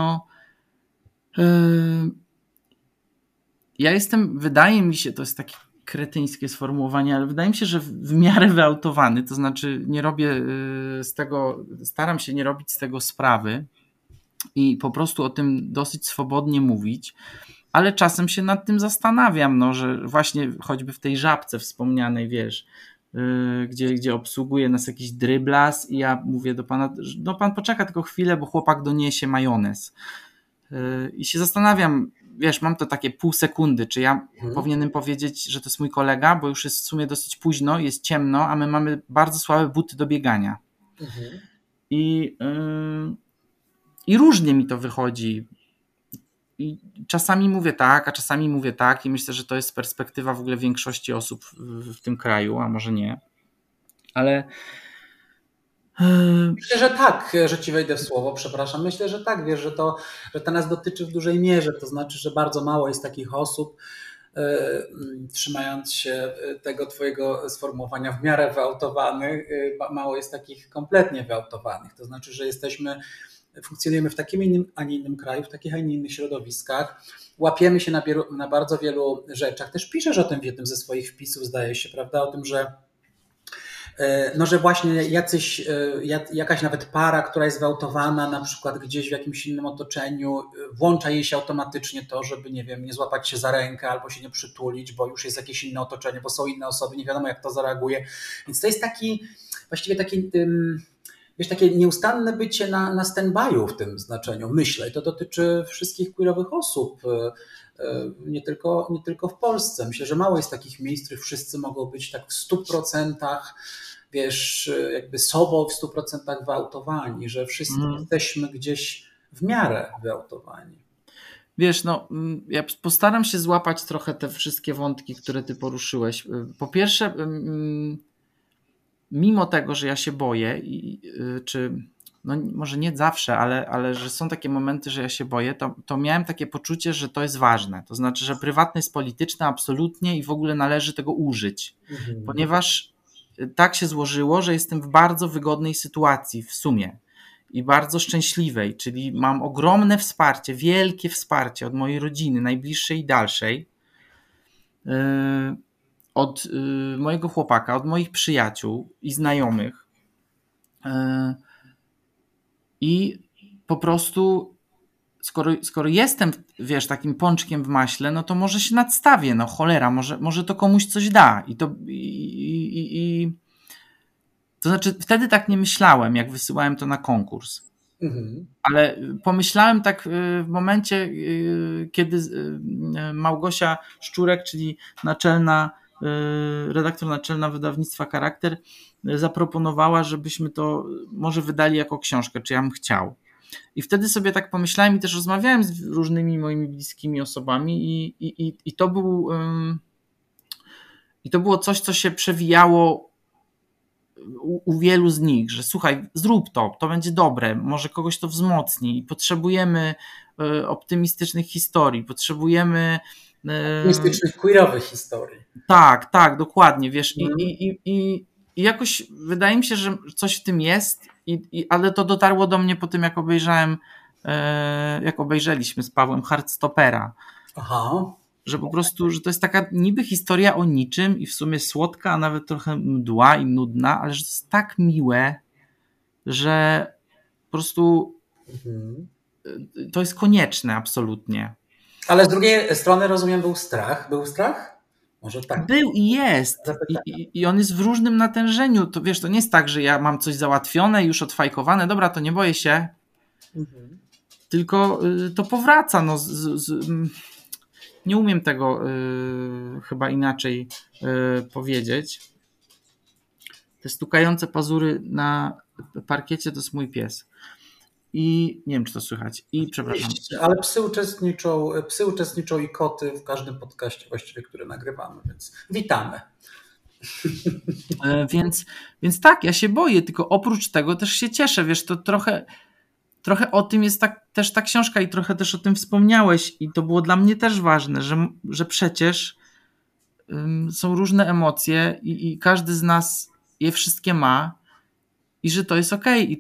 ja jestem, wydaje mi się, to jest takie kretyńskie sformułowanie, ale wydaje mi się, że w miarę wyautowany, to znaczy nie robię z tego, staram się nie robić z tego sprawy i po prostu o tym dosyć swobodnie mówić, ale czasem się nad tym zastanawiam, że właśnie choćby w tej żabce wspomnianej, wiesz, gdzie obsługuje nas jakiś dryblas i ja mówię do pana, pan poczeka tylko chwilę, bo chłopak doniesie majonez. I się zastanawiam, wiesz, mam to takie pół sekundy, czy ja powinienem powiedzieć, że to jest mój kolega, bo już jest w sumie dosyć późno, jest ciemno, a my mamy bardzo słabe buty do biegania. I różnie mi to wychodzi. I czasami mówię tak, a czasami mówię tak i myślę, że to jest perspektywa w ogóle większości osób w tym kraju, a może nie. Ale myślę, że tak, że ci wejdę w słowo, przepraszam. Myślę, że tak, wiesz, że to nas dotyczy w dużej mierze. To znaczy, że bardzo mało jest takich osób, trzymając się tego twojego sformułowania, w miarę wyautowanych, mało jest takich kompletnie wyautowanych. To znaczy, że funkcjonujemy w takim, a nie innym kraju, w takich, a nie innych środowiskach. Łapiemy się na bardzo wielu rzeczach. Też piszesz o tym w jednym ze swoich wpisów, zdaje się, prawda? O tym, że właśnie jakaś nawet para, która jest wyautowana na przykład gdzieś w jakimś innym otoczeniu, włącza jej się automatycznie to, żeby, nie wiem, nie złapać się za rękę albo się nie przytulić, bo już jest jakieś inne otoczenie, bo są inne osoby, nie wiadomo jak to zareaguje. Więc to jest takie nieustanne bycie na stand-by'u w tym znaczeniu, myślę. I to dotyczy wszystkich queerowych osób, nie tylko w Polsce. Myślę, że mało jest takich miejsc, w których wszyscy mogą być tak w 100%, wiesz, jakby sobą w 100% wyautowani, że wszyscy jesteśmy gdzieś w miarę wyautowani. Wiesz, ja postaram się złapać trochę te wszystkie wątki, które ty poruszyłeś. Po pierwsze, mimo tego, że ja się boję, może nie zawsze, ale że są takie momenty, że ja się boję, to miałem takie poczucie, że to jest ważne. To znaczy, że prywatne jest polityczne absolutnie i w ogóle należy tego użyć. Ponieważ tak się złożyło, że jestem w bardzo wygodnej sytuacji w sumie i bardzo szczęśliwej, czyli mam ogromne wsparcie, wielkie wsparcie od mojej rodziny, najbliższej i dalszej, od mojego chłopaka, od moich przyjaciół i znajomych. I po prostu skoro jestem, wiesz, takim pączkiem w maśle, no to może się nadstawię, no cholera, może to komuś coś da. To znaczy wtedy tak nie myślałem, jak wysyłałem to na konkurs. Ale pomyślałem tak w momencie, kiedy Małgosia Szczurek, czyli redaktor naczelna wydawnictwa Charakter, zaproponowała, żebyśmy to może wydali jako książkę, czy ja bym chciał. I wtedy sobie tak pomyślałem i też rozmawiałem z różnymi moimi bliskimi osobami i to było coś, co się przewijało u wielu z nich, że słuchaj, zrób to będzie dobre, może kogoś to wzmocni i potrzebujemy optymistycznych historii, potrzebujemy optymistycznych, queerowych historii. Tak, dokładnie, wiesz, i jakoś wydaje mi się, że coś w tym jest, ale to dotarło do mnie po tym, jak obejrzeliśmy z Pawłem Heartstopera. Aha. Że po prostu, że to jest taka niby historia o niczym i w sumie słodka, a nawet trochę mdła i nudna, ale że to jest tak miłe, że po prostu to jest konieczne absolutnie. Ale z drugiej strony, rozumiem, był strach. Był strach? Może tak. Był i jest. I on jest w różnym natężeniu. To wiesz, to nie jest tak, że ja mam coś załatwione, już odfajkowane, dobra, to nie boję się. Tylko to powraca. Nie umiem tego chyba inaczej powiedzieć. Te stukające pazury na parkiecie to jest mój pies. I nie wiem, czy to słychać. I przepraszam. Ale psy uczestniczą i koty w każdym podcaście właściwie, który nagrywamy, więc witamy. Więc tak, ja się boję, tylko oprócz tego też się cieszę. Wiesz, to trochę o tym jest też ta książka i trochę też o tym wspomniałeś i to było dla mnie też ważne, że przecież są różne emocje i każdy z nas je wszystkie ma i że to jest okej.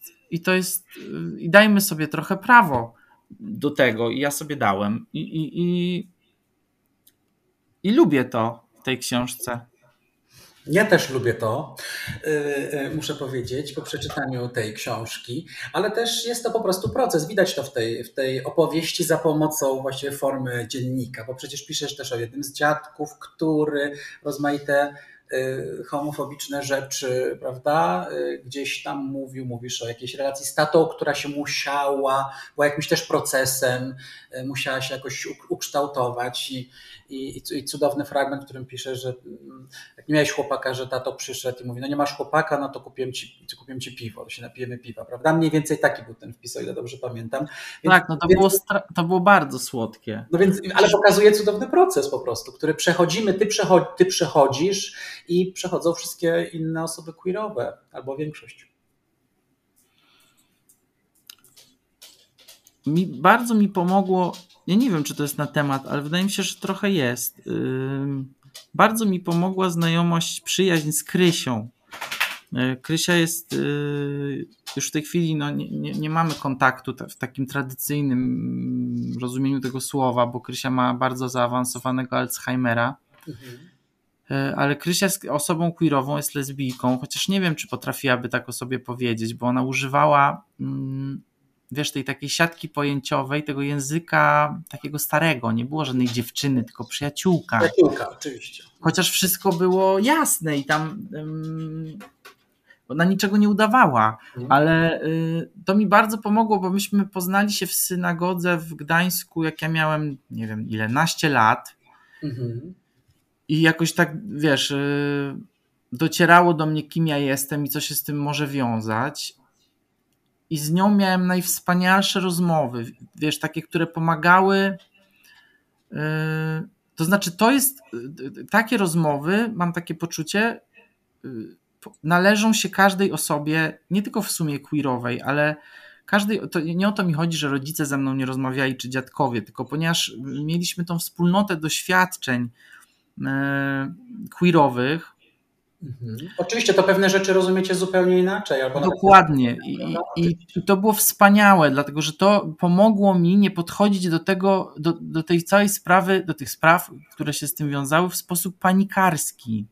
I dajmy sobie trochę prawo do tego i ja sobie dałem i lubię to w tej książce. Ja też lubię to, muszę powiedzieć, po przeczytaniu tej książki, ale też jest to po prostu proces. Widać to w tej opowieści za pomocą właściwie formy dziennika, bo przecież piszesz też o jednym z dziadków, który rozmaite homofobiczne rzeczy, prawda? Gdzieś tam mówisz o jakiejś relacji z tatą, która się musiała, była jakimś też procesem, musiała się jakoś ukształtować i cudowny fragment, w którym pisze, że jak nie miałeś chłopaka, że tato przyszedł i mówi, no nie masz chłopaka, no to kupiłem ci piwo, to się napijemy piwa, prawda? Mniej więcej taki był ten wpis, o ile dobrze pamiętam. Tak, no to było bardzo słodkie. No więc, ale pokazuje cudowny proces po prostu, który przechodzimy, ty przechodzisz i przechodzą wszystkie inne osoby queerowe, albo większość. Bardzo mi pomogło, ja nie wiem, czy to jest na temat, ale wydaje mi się, że trochę jest. Bardzo mi pomogła znajomość, przyjaźń z Krysią. Krysia jest już w tej chwili, no nie mamy kontaktu w takim tradycyjnym rozumieniu tego słowa, bo Krysia ma bardzo zaawansowanego Alzheimera. Ale Krysia jest osobą queerową, jest lesbijką, chociaż nie wiem, czy potrafiłaby tak o sobie powiedzieć, bo ona używała tej takiej siatki pojęciowej, tego języka takiego starego. Nie było żadnej dziewczyny, tylko przyjaciółka. Przyjaciółka, oczywiście. Chociaż wszystko było jasne i tam ona niczego nie udawała, ale to mi bardzo pomogło, bo myśmy poznali się w synagodze w Gdańsku, jak ja miałem, nie wiem ile, naście lat. I jakoś tak, docierało do mnie, kim ja jestem i co się z tym może wiązać. I z nią miałem najwspanialsze rozmowy, takie, które pomagały. To znaczy, to jest takie rozmowy, mam takie poczucie, należą się każdej osobie, nie tylko w sumie queerowej, ale każdej, to nie o to mi chodzi, że rodzice ze mną nie rozmawiali, czy dziadkowie, tylko ponieważ mieliśmy tą wspólnotę doświadczeń queerowych. Oczywiście to pewne rzeczy rozumiecie zupełnie inaczej. Albo dokładnie. I to było wspaniałe, dlatego że to pomogło mi nie podchodzić do tego, do tej całej sprawy, do tych spraw, które się z tym wiązały, w sposób panikarski.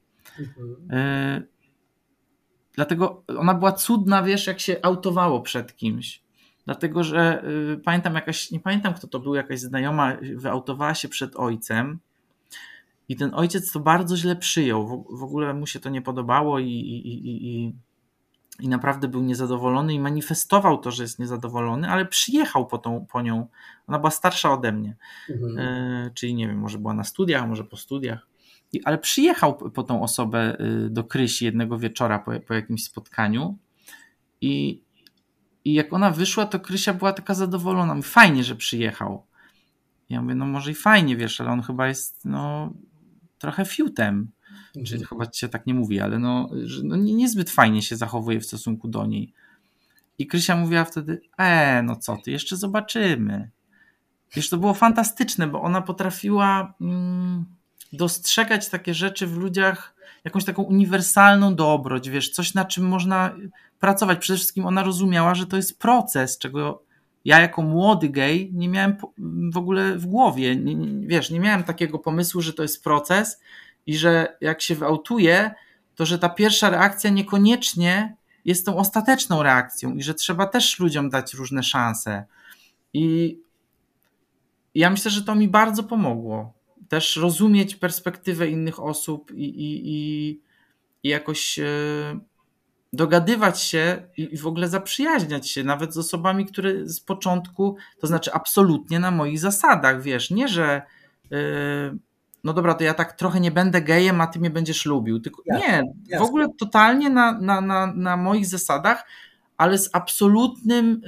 Dlatego ona była cudna, jak się autowało przed kimś. Dlatego, że pamiętam nie pamiętam kto to był, jakaś znajoma wyautowała się przed ojcem i ten ojciec to bardzo źle przyjął. W ogóle mu się to nie podobało i naprawdę był niezadowolony i manifestował to, że jest niezadowolony, ale przyjechał po nią. Ona była starsza ode mnie. Czyli nie wiem, może była na studiach, może po studiach. Ale przyjechał po tą osobę do Krysi jednego wieczora po jakimś spotkaniu i jak ona wyszła, to Krysia była taka zadowolona. Mówi, fajnie, że przyjechał. Ja mówię, no może i fajnie, ale on chyba jest trochę fiutem. Czyli chyba ci się tak nie mówi, ale niezbyt fajnie się zachowuje w stosunku do niej. I Krysia mówiła wtedy, no co ty, jeszcze zobaczymy. To było fantastyczne, bo ona potrafiła dostrzegać takie rzeczy w ludziach, jakąś taką uniwersalną dobroć, coś, na czym można pracować. Przede wszystkim ona rozumiała, że to jest proces, czego ja jako młody gej nie miałem w ogóle w głowie. Nie miałem takiego pomysłu, że to jest proces i że jak się wyautuje, to że ta pierwsza reakcja niekoniecznie jest tą ostateczną reakcją i że trzeba też ludziom dać różne szanse. I ja myślę, że to mi bardzo pomogło. Też rozumieć perspektywę innych osób i jakoś dogadywać się i w ogóle zaprzyjaźniać się nawet z osobami, które z początku, to znaczy absolutnie na moich zasadach, nie, że no dobra, to ja tak trochę nie będę gejem, a ty mnie będziesz lubił. Tylko nie, w ogóle totalnie na moich zasadach, ale z absolutnym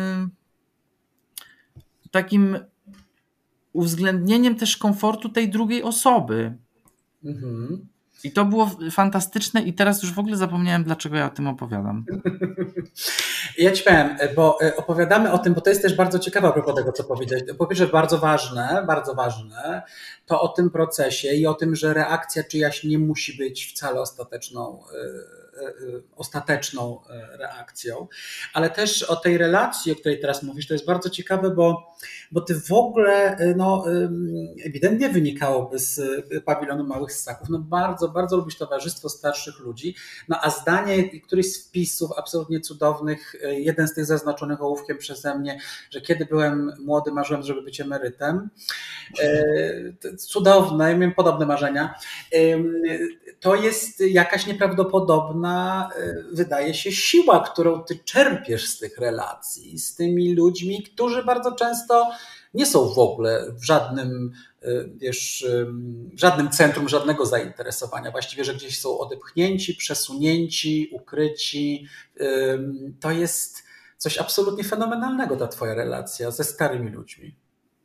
takim uwzględnieniem też komfortu tej drugiej osoby. I to było fantastyczne i teraz już w ogóle zapomniałem, dlaczego ja o tym opowiadam. Ja ci powiem, bo opowiadamy o tym, bo to jest też bardzo ciekawe a propos tego, co powiedziałeś. Po pierwsze bardzo ważne, to o tym procesie i o tym, że reakcja czyjaś nie musi być wcale ostateczną ostateczną reakcją. Ale też o tej relacji, o której teraz mówisz, to jest bardzo ciekawe, bo ty w ogóle, no, ewidentnie wynikałoby z pawilonu Małych Ssaków, no bardzo, bardzo lubisz towarzystwo starszych ludzi, no a zdanie któryś z wpisów absolutnie cudownych, jeden z tych zaznaczonych ołówkiem przeze mnie, że kiedy byłem młody, marzyłem, żeby być emerytem. Cudowne, ja miałem podobne marzenia. To jest jakaś nieprawdopodobna, wydaje się, siła, którą ty czerpiesz z tych relacji, z tymi ludźmi, którzy bardzo często nie są w ogóle w żadnym, wiesz, w żadnym centrum żadnego zainteresowania. Właściwie, że gdzieś są odepchnięci, przesunięci, ukryci. To jest coś absolutnie fenomenalnego, ta twoja relacja ze starymi ludźmi.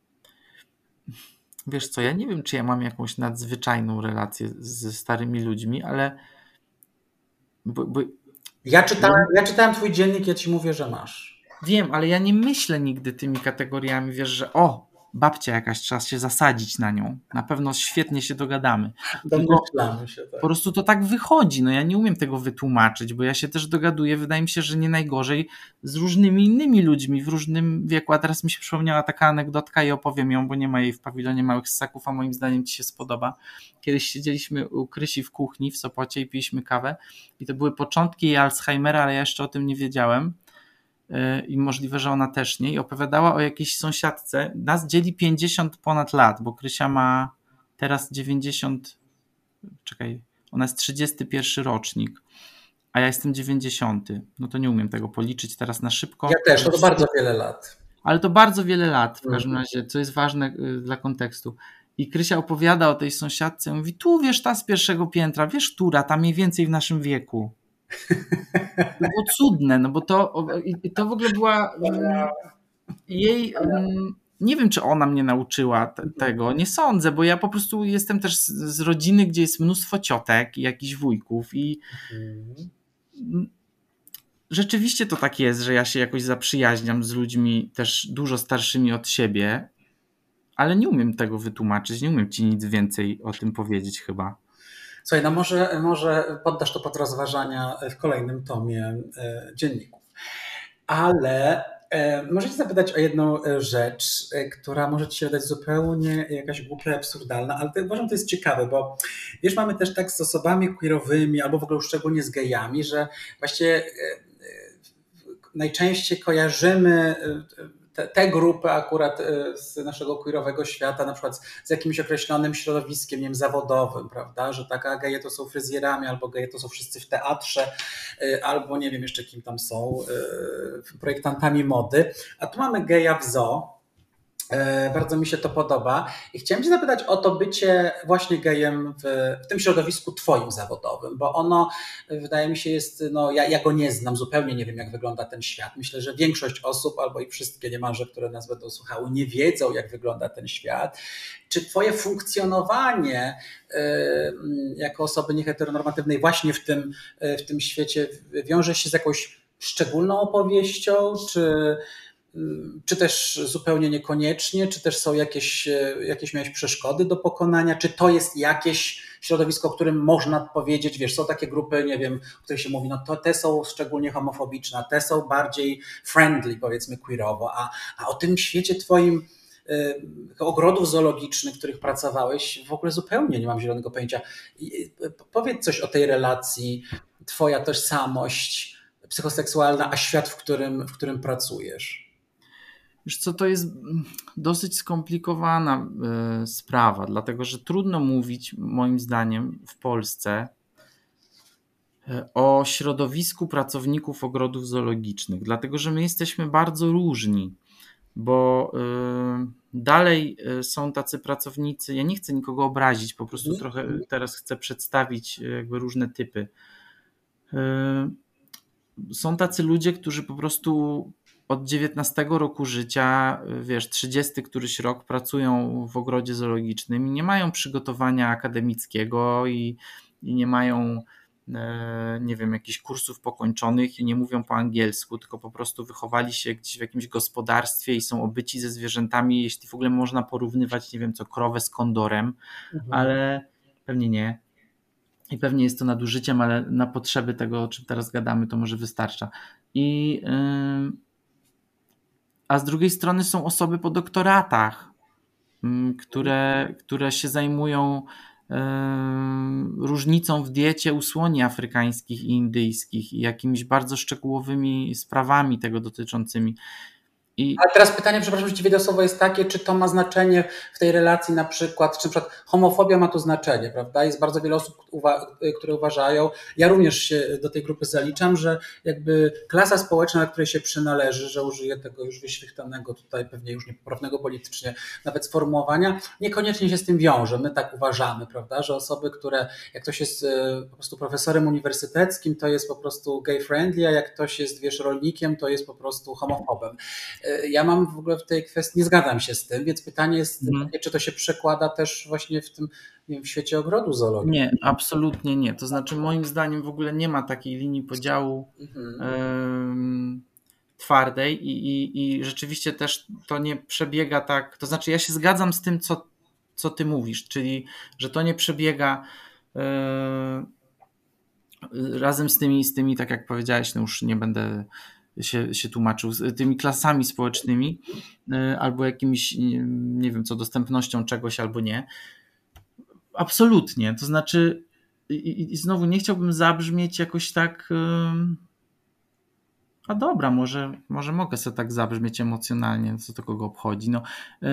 Wiesz co, ja nie wiem, czy ja mam jakąś nadzwyczajną relację ze starymi ludźmi, ale bo Ja czytałem twój dziennik, ja ci mówię, że masz. wiem, ale ja nie myślę nigdy tymi kategoriami, wiesz, że babcia jakaś, trzeba się zasadzić na nią. Na pewno świetnie się dogadamy. Domyślamy się, tak. Po prostu to tak wychodzi. No ja nie umiem tego wytłumaczyć, bo ja się też dogaduję, wydaje mi się, że nie najgorzej z różnymi innymi ludźmi w różnym wieku. A teraz mi się przypomniała taka anegdotka i opowiem ją, bo nie ma jej w pawilonie Małych Ssaków, a moim zdaniem ci się spodoba. Kiedyś siedzieliśmy u Krysi w kuchni w Sopocie i piliśmy kawę i to były początki jej Alzheimera, ale ja jeszcze o tym nie wiedziałem. I możliwe, że ona też nie. I opowiadała o jakiejś sąsiadce. Nas dzieli 50 ponad lat, bo Krysia ma teraz 90, ona jest 31 rocznik, a ja jestem 90. No to nie umiem tego policzyć teraz na szybko. Ja też, to bardzo wiele lat. Ale to bardzo wiele lat w każdym razie, co jest ważne dla kontekstu. I Krysia opowiada o tej sąsiadce, mówi, tu wiesz, ta z pierwszego piętra, wiesz, która, ta mniej więcej w naszym wieku. To było cudne, no bo to w ogóle była jej, nie wiem, czy ona mnie nauczyła tego, nie sądzę, bo ja po prostu jestem też z rodziny, gdzie jest mnóstwo ciotek i jakichś wujków i rzeczywiście to tak jest, że ja się jakoś zaprzyjaźniam z ludźmi też dużo starszymi od siebie, ale nie umiem tego wytłumaczyć, nie umiem ci nic więcej o tym powiedzieć chyba. Słuchaj, no może poddasz to pod rozważania w kolejnym tomie dzienników. Ale możecie zapytać o jedną rzecz, która może ci się wydać zupełnie jakaś głupia, absurdalna, ale uważam, że to jest ciekawe, bo wiesz, mamy też tak z osobami queerowymi, albo w ogóle szczególnie z gejami, że właściwie najczęściej kojarzymy te grupy akurat z naszego queerowego świata, na przykład z jakimś określonym środowiskiem, nie wiem, zawodowym, prawda, że tak, a geje to są fryzjerami, albo geje to są wszyscy w teatrze, albo nie wiem jeszcze kim tam są, projektantami mody, a tu mamy geja w zoo. Bardzo mi się to podoba i chciałem cię zapytać o to bycie właśnie gejem w tym środowisku twoim zawodowym, bo ono wydaje mi się jest, no ja go nie znam, zupełnie nie wiem jak wygląda ten świat. Myślę, że większość osób albo i wszystkie niemalże, które nas będą słuchały, nie wiedzą jak wygląda ten świat. Czy twoje funkcjonowanie jako osoby nieheteronormatywnej właśnie w tym świecie wiąże się z jakąś szczególną opowieścią, czy też zupełnie niekoniecznie, czy też są jakieś miałeś przeszkody do pokonania, czy to jest jakieś środowisko, o którym można powiedzieć, wiesz, są takie grupy, nie wiem, o których się mówi, no to te są szczególnie homofobiczne, te są bardziej friendly, powiedzmy queerowo, a o tym świecie twoim ogrodów zoologicznych, w których pracowałeś, w ogóle zupełnie nie mam zielonego pojęcia. Powiedz coś o tej relacji, twoja tożsamość psychoseksualna, a świat, w którym pracujesz. Wiesz co, to jest dosyć skomplikowana sprawa, dlatego że trudno mówić, moim zdaniem, w Polsce o środowisku pracowników ogrodów zoologicznych, dlatego że my jesteśmy bardzo różni, bo dalej są tacy pracownicy, ja nie chcę nikogo obrazić, po prostu trochę teraz chcę przedstawić jakby różne typy. Są tacy ludzie, którzy po prostu od 19 roku życia, wiesz, 30 któryś rok pracują w ogrodzie zoologicznym i nie mają przygotowania akademickiego i nie mają, nie wiem, jakichś kursów pokończonych i nie mówią po angielsku, tylko po prostu wychowali się gdzieś w jakimś gospodarstwie i są obyci ze zwierzętami, jeśli w ogóle można porównywać, nie wiem co, krowę z kondorem, ale pewnie nie. i pewnie jest to nadużyciem, ale na potrzeby tego, o czym teraz gadamy, to może wystarcza. A z drugiej strony są osoby po doktoratach, które się zajmują różnicą w diecie u słoni afrykańskich i indyjskich i jakimiś bardzo szczegółowymi sprawami tego dotyczącymi. Ale teraz pytanie, przepraszam, że ci wejdę słowo, jest takie, czy to ma znaczenie w tej relacji na przykład, czy na przykład homofobia ma tu znaczenie, prawda? Jest bardzo wiele osób, które uważają, ja również się do tej grupy zaliczam, że jakby klasa społeczna, do której się przynależy, że użyję tego już wyświechtanego tutaj, pewnie już niepoprawnego politycznie nawet sformułowania, niekoniecznie się z tym wiąże. My tak uważamy, prawda? Że osoby, które, jak ktoś jest po prostu profesorem uniwersyteckim, to jest po prostu gay friendly, a jak ktoś jest, wiesz, rolnikiem, to jest po prostu homofobem. Ja mam w ogóle w tej kwestii, nie zgadzam się z tym, więc pytanie jest takie, czy to się przekłada też właśnie w tym, nie wiem, w świecie ogrodu zoologicznego? Nie, absolutnie nie. To znaczy moim zdaniem w ogóle nie ma takiej linii podziału twardej i rzeczywiście też to nie przebiega tak, to znaczy ja się zgadzam z tym, co ty mówisz, czyli że to nie przebiega razem z tymi, tak jak powiedziałeś, no już nie będę się tłumaczył, z tymi klasami społecznymi albo jakimiś, nie wiem co, dostępnością czegoś albo nie. Absolutnie, to znaczy i znowu nie chciałbym zabrzmieć jakoś tak a dobra, może mogę sobie tak zabrzmieć emocjonalnie, co to kogo obchodzi. No,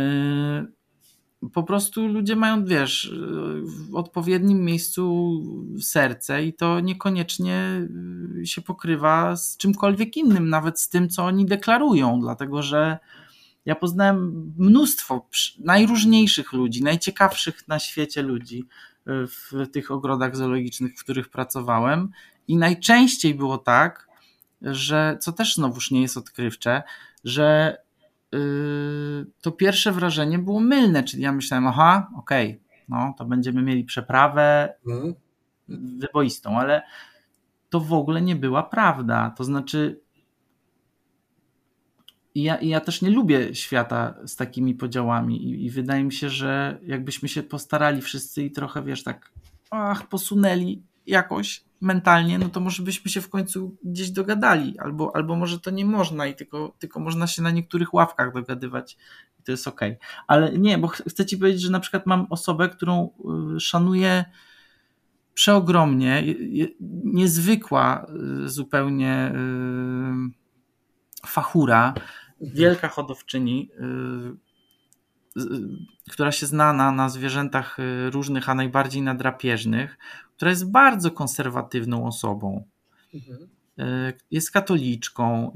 po prostu ludzie mają, wiesz, w odpowiednim miejscu serce i to niekoniecznie się pokrywa z czymkolwiek innym, nawet z tym, co oni deklarują, dlatego że ja poznałem mnóstwo najróżniejszych ludzi, najciekawszych na świecie ludzi w tych ogrodach zoologicznych, w których pracowałem i najczęściej było tak, że, co też znowuż nie jest odkrywcze, że to pierwsze wrażenie było mylne, czyli ja myślałem, okej, no to będziemy mieli przeprawę wyboistą, ale to w ogóle nie była prawda, to znaczy ja też nie lubię świata z takimi podziałami i wydaje mi się, że jakbyśmy się postarali wszyscy i trochę, wiesz, tak posunęli jakoś mentalnie, no to może byśmy się w końcu gdzieś dogadali, albo może to nie można i tylko można się na niektórych ławkach dogadywać i to jest okej. Ale nie, bo chcę ci powiedzieć, że na przykład mam osobę, którą szanuję przeogromnie, niezwykła zupełnie fachura, wielka hodowczyni, która się zna na zwierzętach różnych, a najbardziej na drapieżnych, która jest bardzo konserwatywną osobą. Jest katoliczką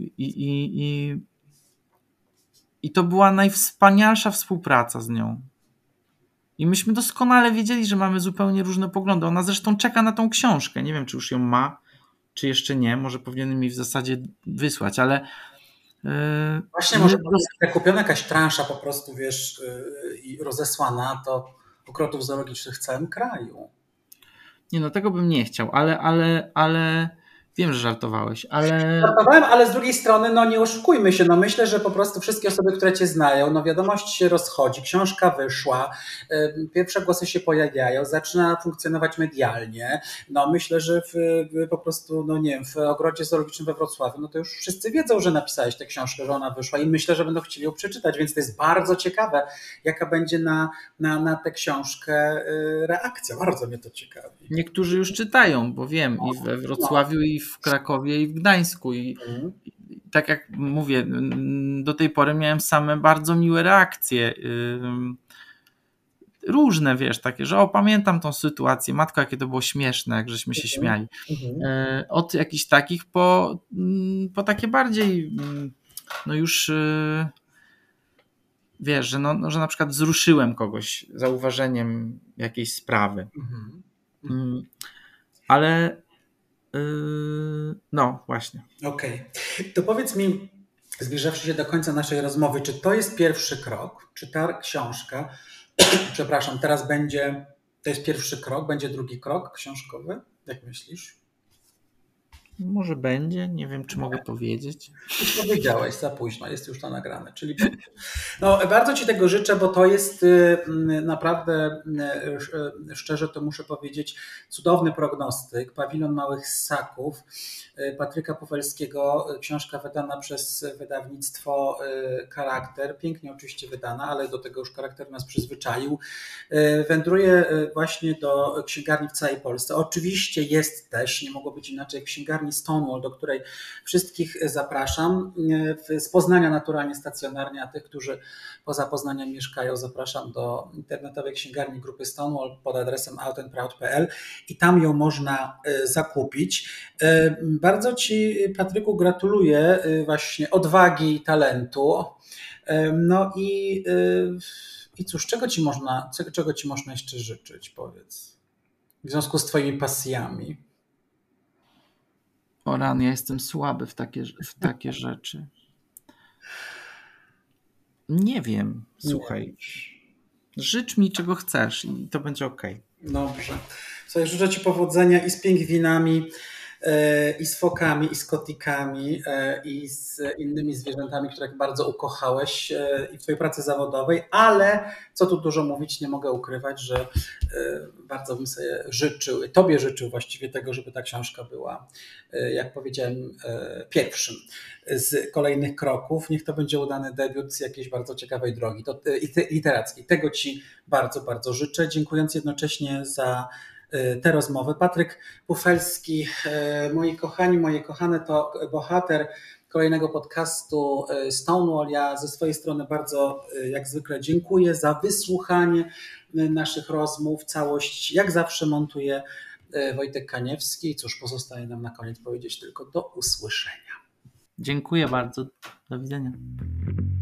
i to była najwspanialsza współpraca z nią. I myśmy doskonale wiedzieli, że mamy zupełnie różne poglądy. Ona zresztą czeka na tą książkę. Nie wiem, czy już ją ma, czy jeszcze nie. Może powinienem jej w zasadzie wysłać, ale właśnie może jak kupiona jakaś transza po prostu, wiesz, i rozesłana do ogrodów zoologicznych w całym kraju. Nie, no tego bym nie chciał, ale wiem, że żartowałeś, ale... Żartowałem, ale z drugiej strony, no nie oszukujmy się, no myślę, że po prostu wszystkie osoby, które cię znają, no wiadomość się rozchodzi, książka wyszła, pierwsze głosy się pojawiają, zaczyna funkcjonować medialnie, no myślę, że po prostu, no nie wiem, w ogrodzie zoologicznym we Wrocławiu, no to już wszyscy wiedzą, że napisałeś tę książkę, że ona wyszła i myślę, że będą chcieli ją przeczytać, więc to jest bardzo ciekawe, jaka będzie na tę książkę reakcja, bardzo mnie to ciekawi. Niektórzy już czytają, bo wiem, i we Wrocławiu, i w Krakowie, i w Gdańsku. I tak jak mówię, do tej pory miałem same bardzo miłe reakcje. Różne, wiesz, takie, że pamiętam tą sytuację, matko, jakie to było śmieszne, jak żeśmy się śmiali. Od jakichś takich po takie bardziej, no już wiesz, że na przykład wzruszyłem kogoś zauważeniem jakiejś sprawy. Ale no właśnie. Okej. To powiedz mi, zbliżawszy się do końca naszej rozmowy, czy to jest pierwszy krok, czy ta książka, przepraszam, teraz to jest pierwszy krok, będzie drugi krok książkowy? Jak myślisz? Może będzie, nie wiem, czy mogę powiedzieć. Już powiedziałeś, za późno, jest już to nagrane, czyli będzie. No, bardzo Ci tego życzę, bo to jest naprawdę, szczerze to muszę powiedzieć, cudowny prognostyk. Pawilon Małych Ssaków Patryka Pufelskiego, książka wydana przez wydawnictwo Charakter, pięknie oczywiście wydana, ale do tego już Charakter nas przyzwyczaił. Wędruje właśnie do księgarni w całej Polsce. Oczywiście jest też, nie mogło być inaczej, w księgarni Stonewall, do której wszystkich zapraszam. Z Poznania naturalnie stacjonarnie, a tych, którzy poza Poznaniem mieszkają, zapraszam do internetowej księgarni grupy Stonewall pod adresem outandproud.pl i tam ją można zakupić. Bardzo Ci, Patryku, gratuluję właśnie odwagi i talentu. No i cóż, czego Ci można jeszcze życzyć, powiedz, w związku z Twoimi pasjami? O rany, ja jestem słaby w takie rzeczy. Nie wiem, słuchaj. Życz mi czego chcesz i to będzie okej. Dobrze. Słuchaj, życzę Ci powodzenia i z pingwinami, i z fokami, i z kotikami, i z innymi zwierzętami, które bardzo ukochałeś i w Twojej pracy zawodowej, ale co tu dużo mówić, nie mogę ukrywać, że bardzo bym sobie życzył, Tobie życzył właściwie tego, żeby ta książka była, jak powiedziałem, pierwszym z kolejnych kroków. Niech to będzie udany debiut z jakiejś bardzo ciekawej drogi literackiej. Tego Ci bardzo, bardzo życzę, dziękując jednocześnie za tę rozmowę. Patryk Pufelski, moi kochani, moje kochane, to bohater kolejnego podcastu Stonewall. Ja ze swojej strony bardzo jak zwykle dziękuję za wysłuchanie naszych rozmów. Całość jak zawsze montuje Wojtek Kaniewski. Cóż, pozostaje nam na koniec powiedzieć tylko do usłyszenia. Dziękuję bardzo. Do widzenia.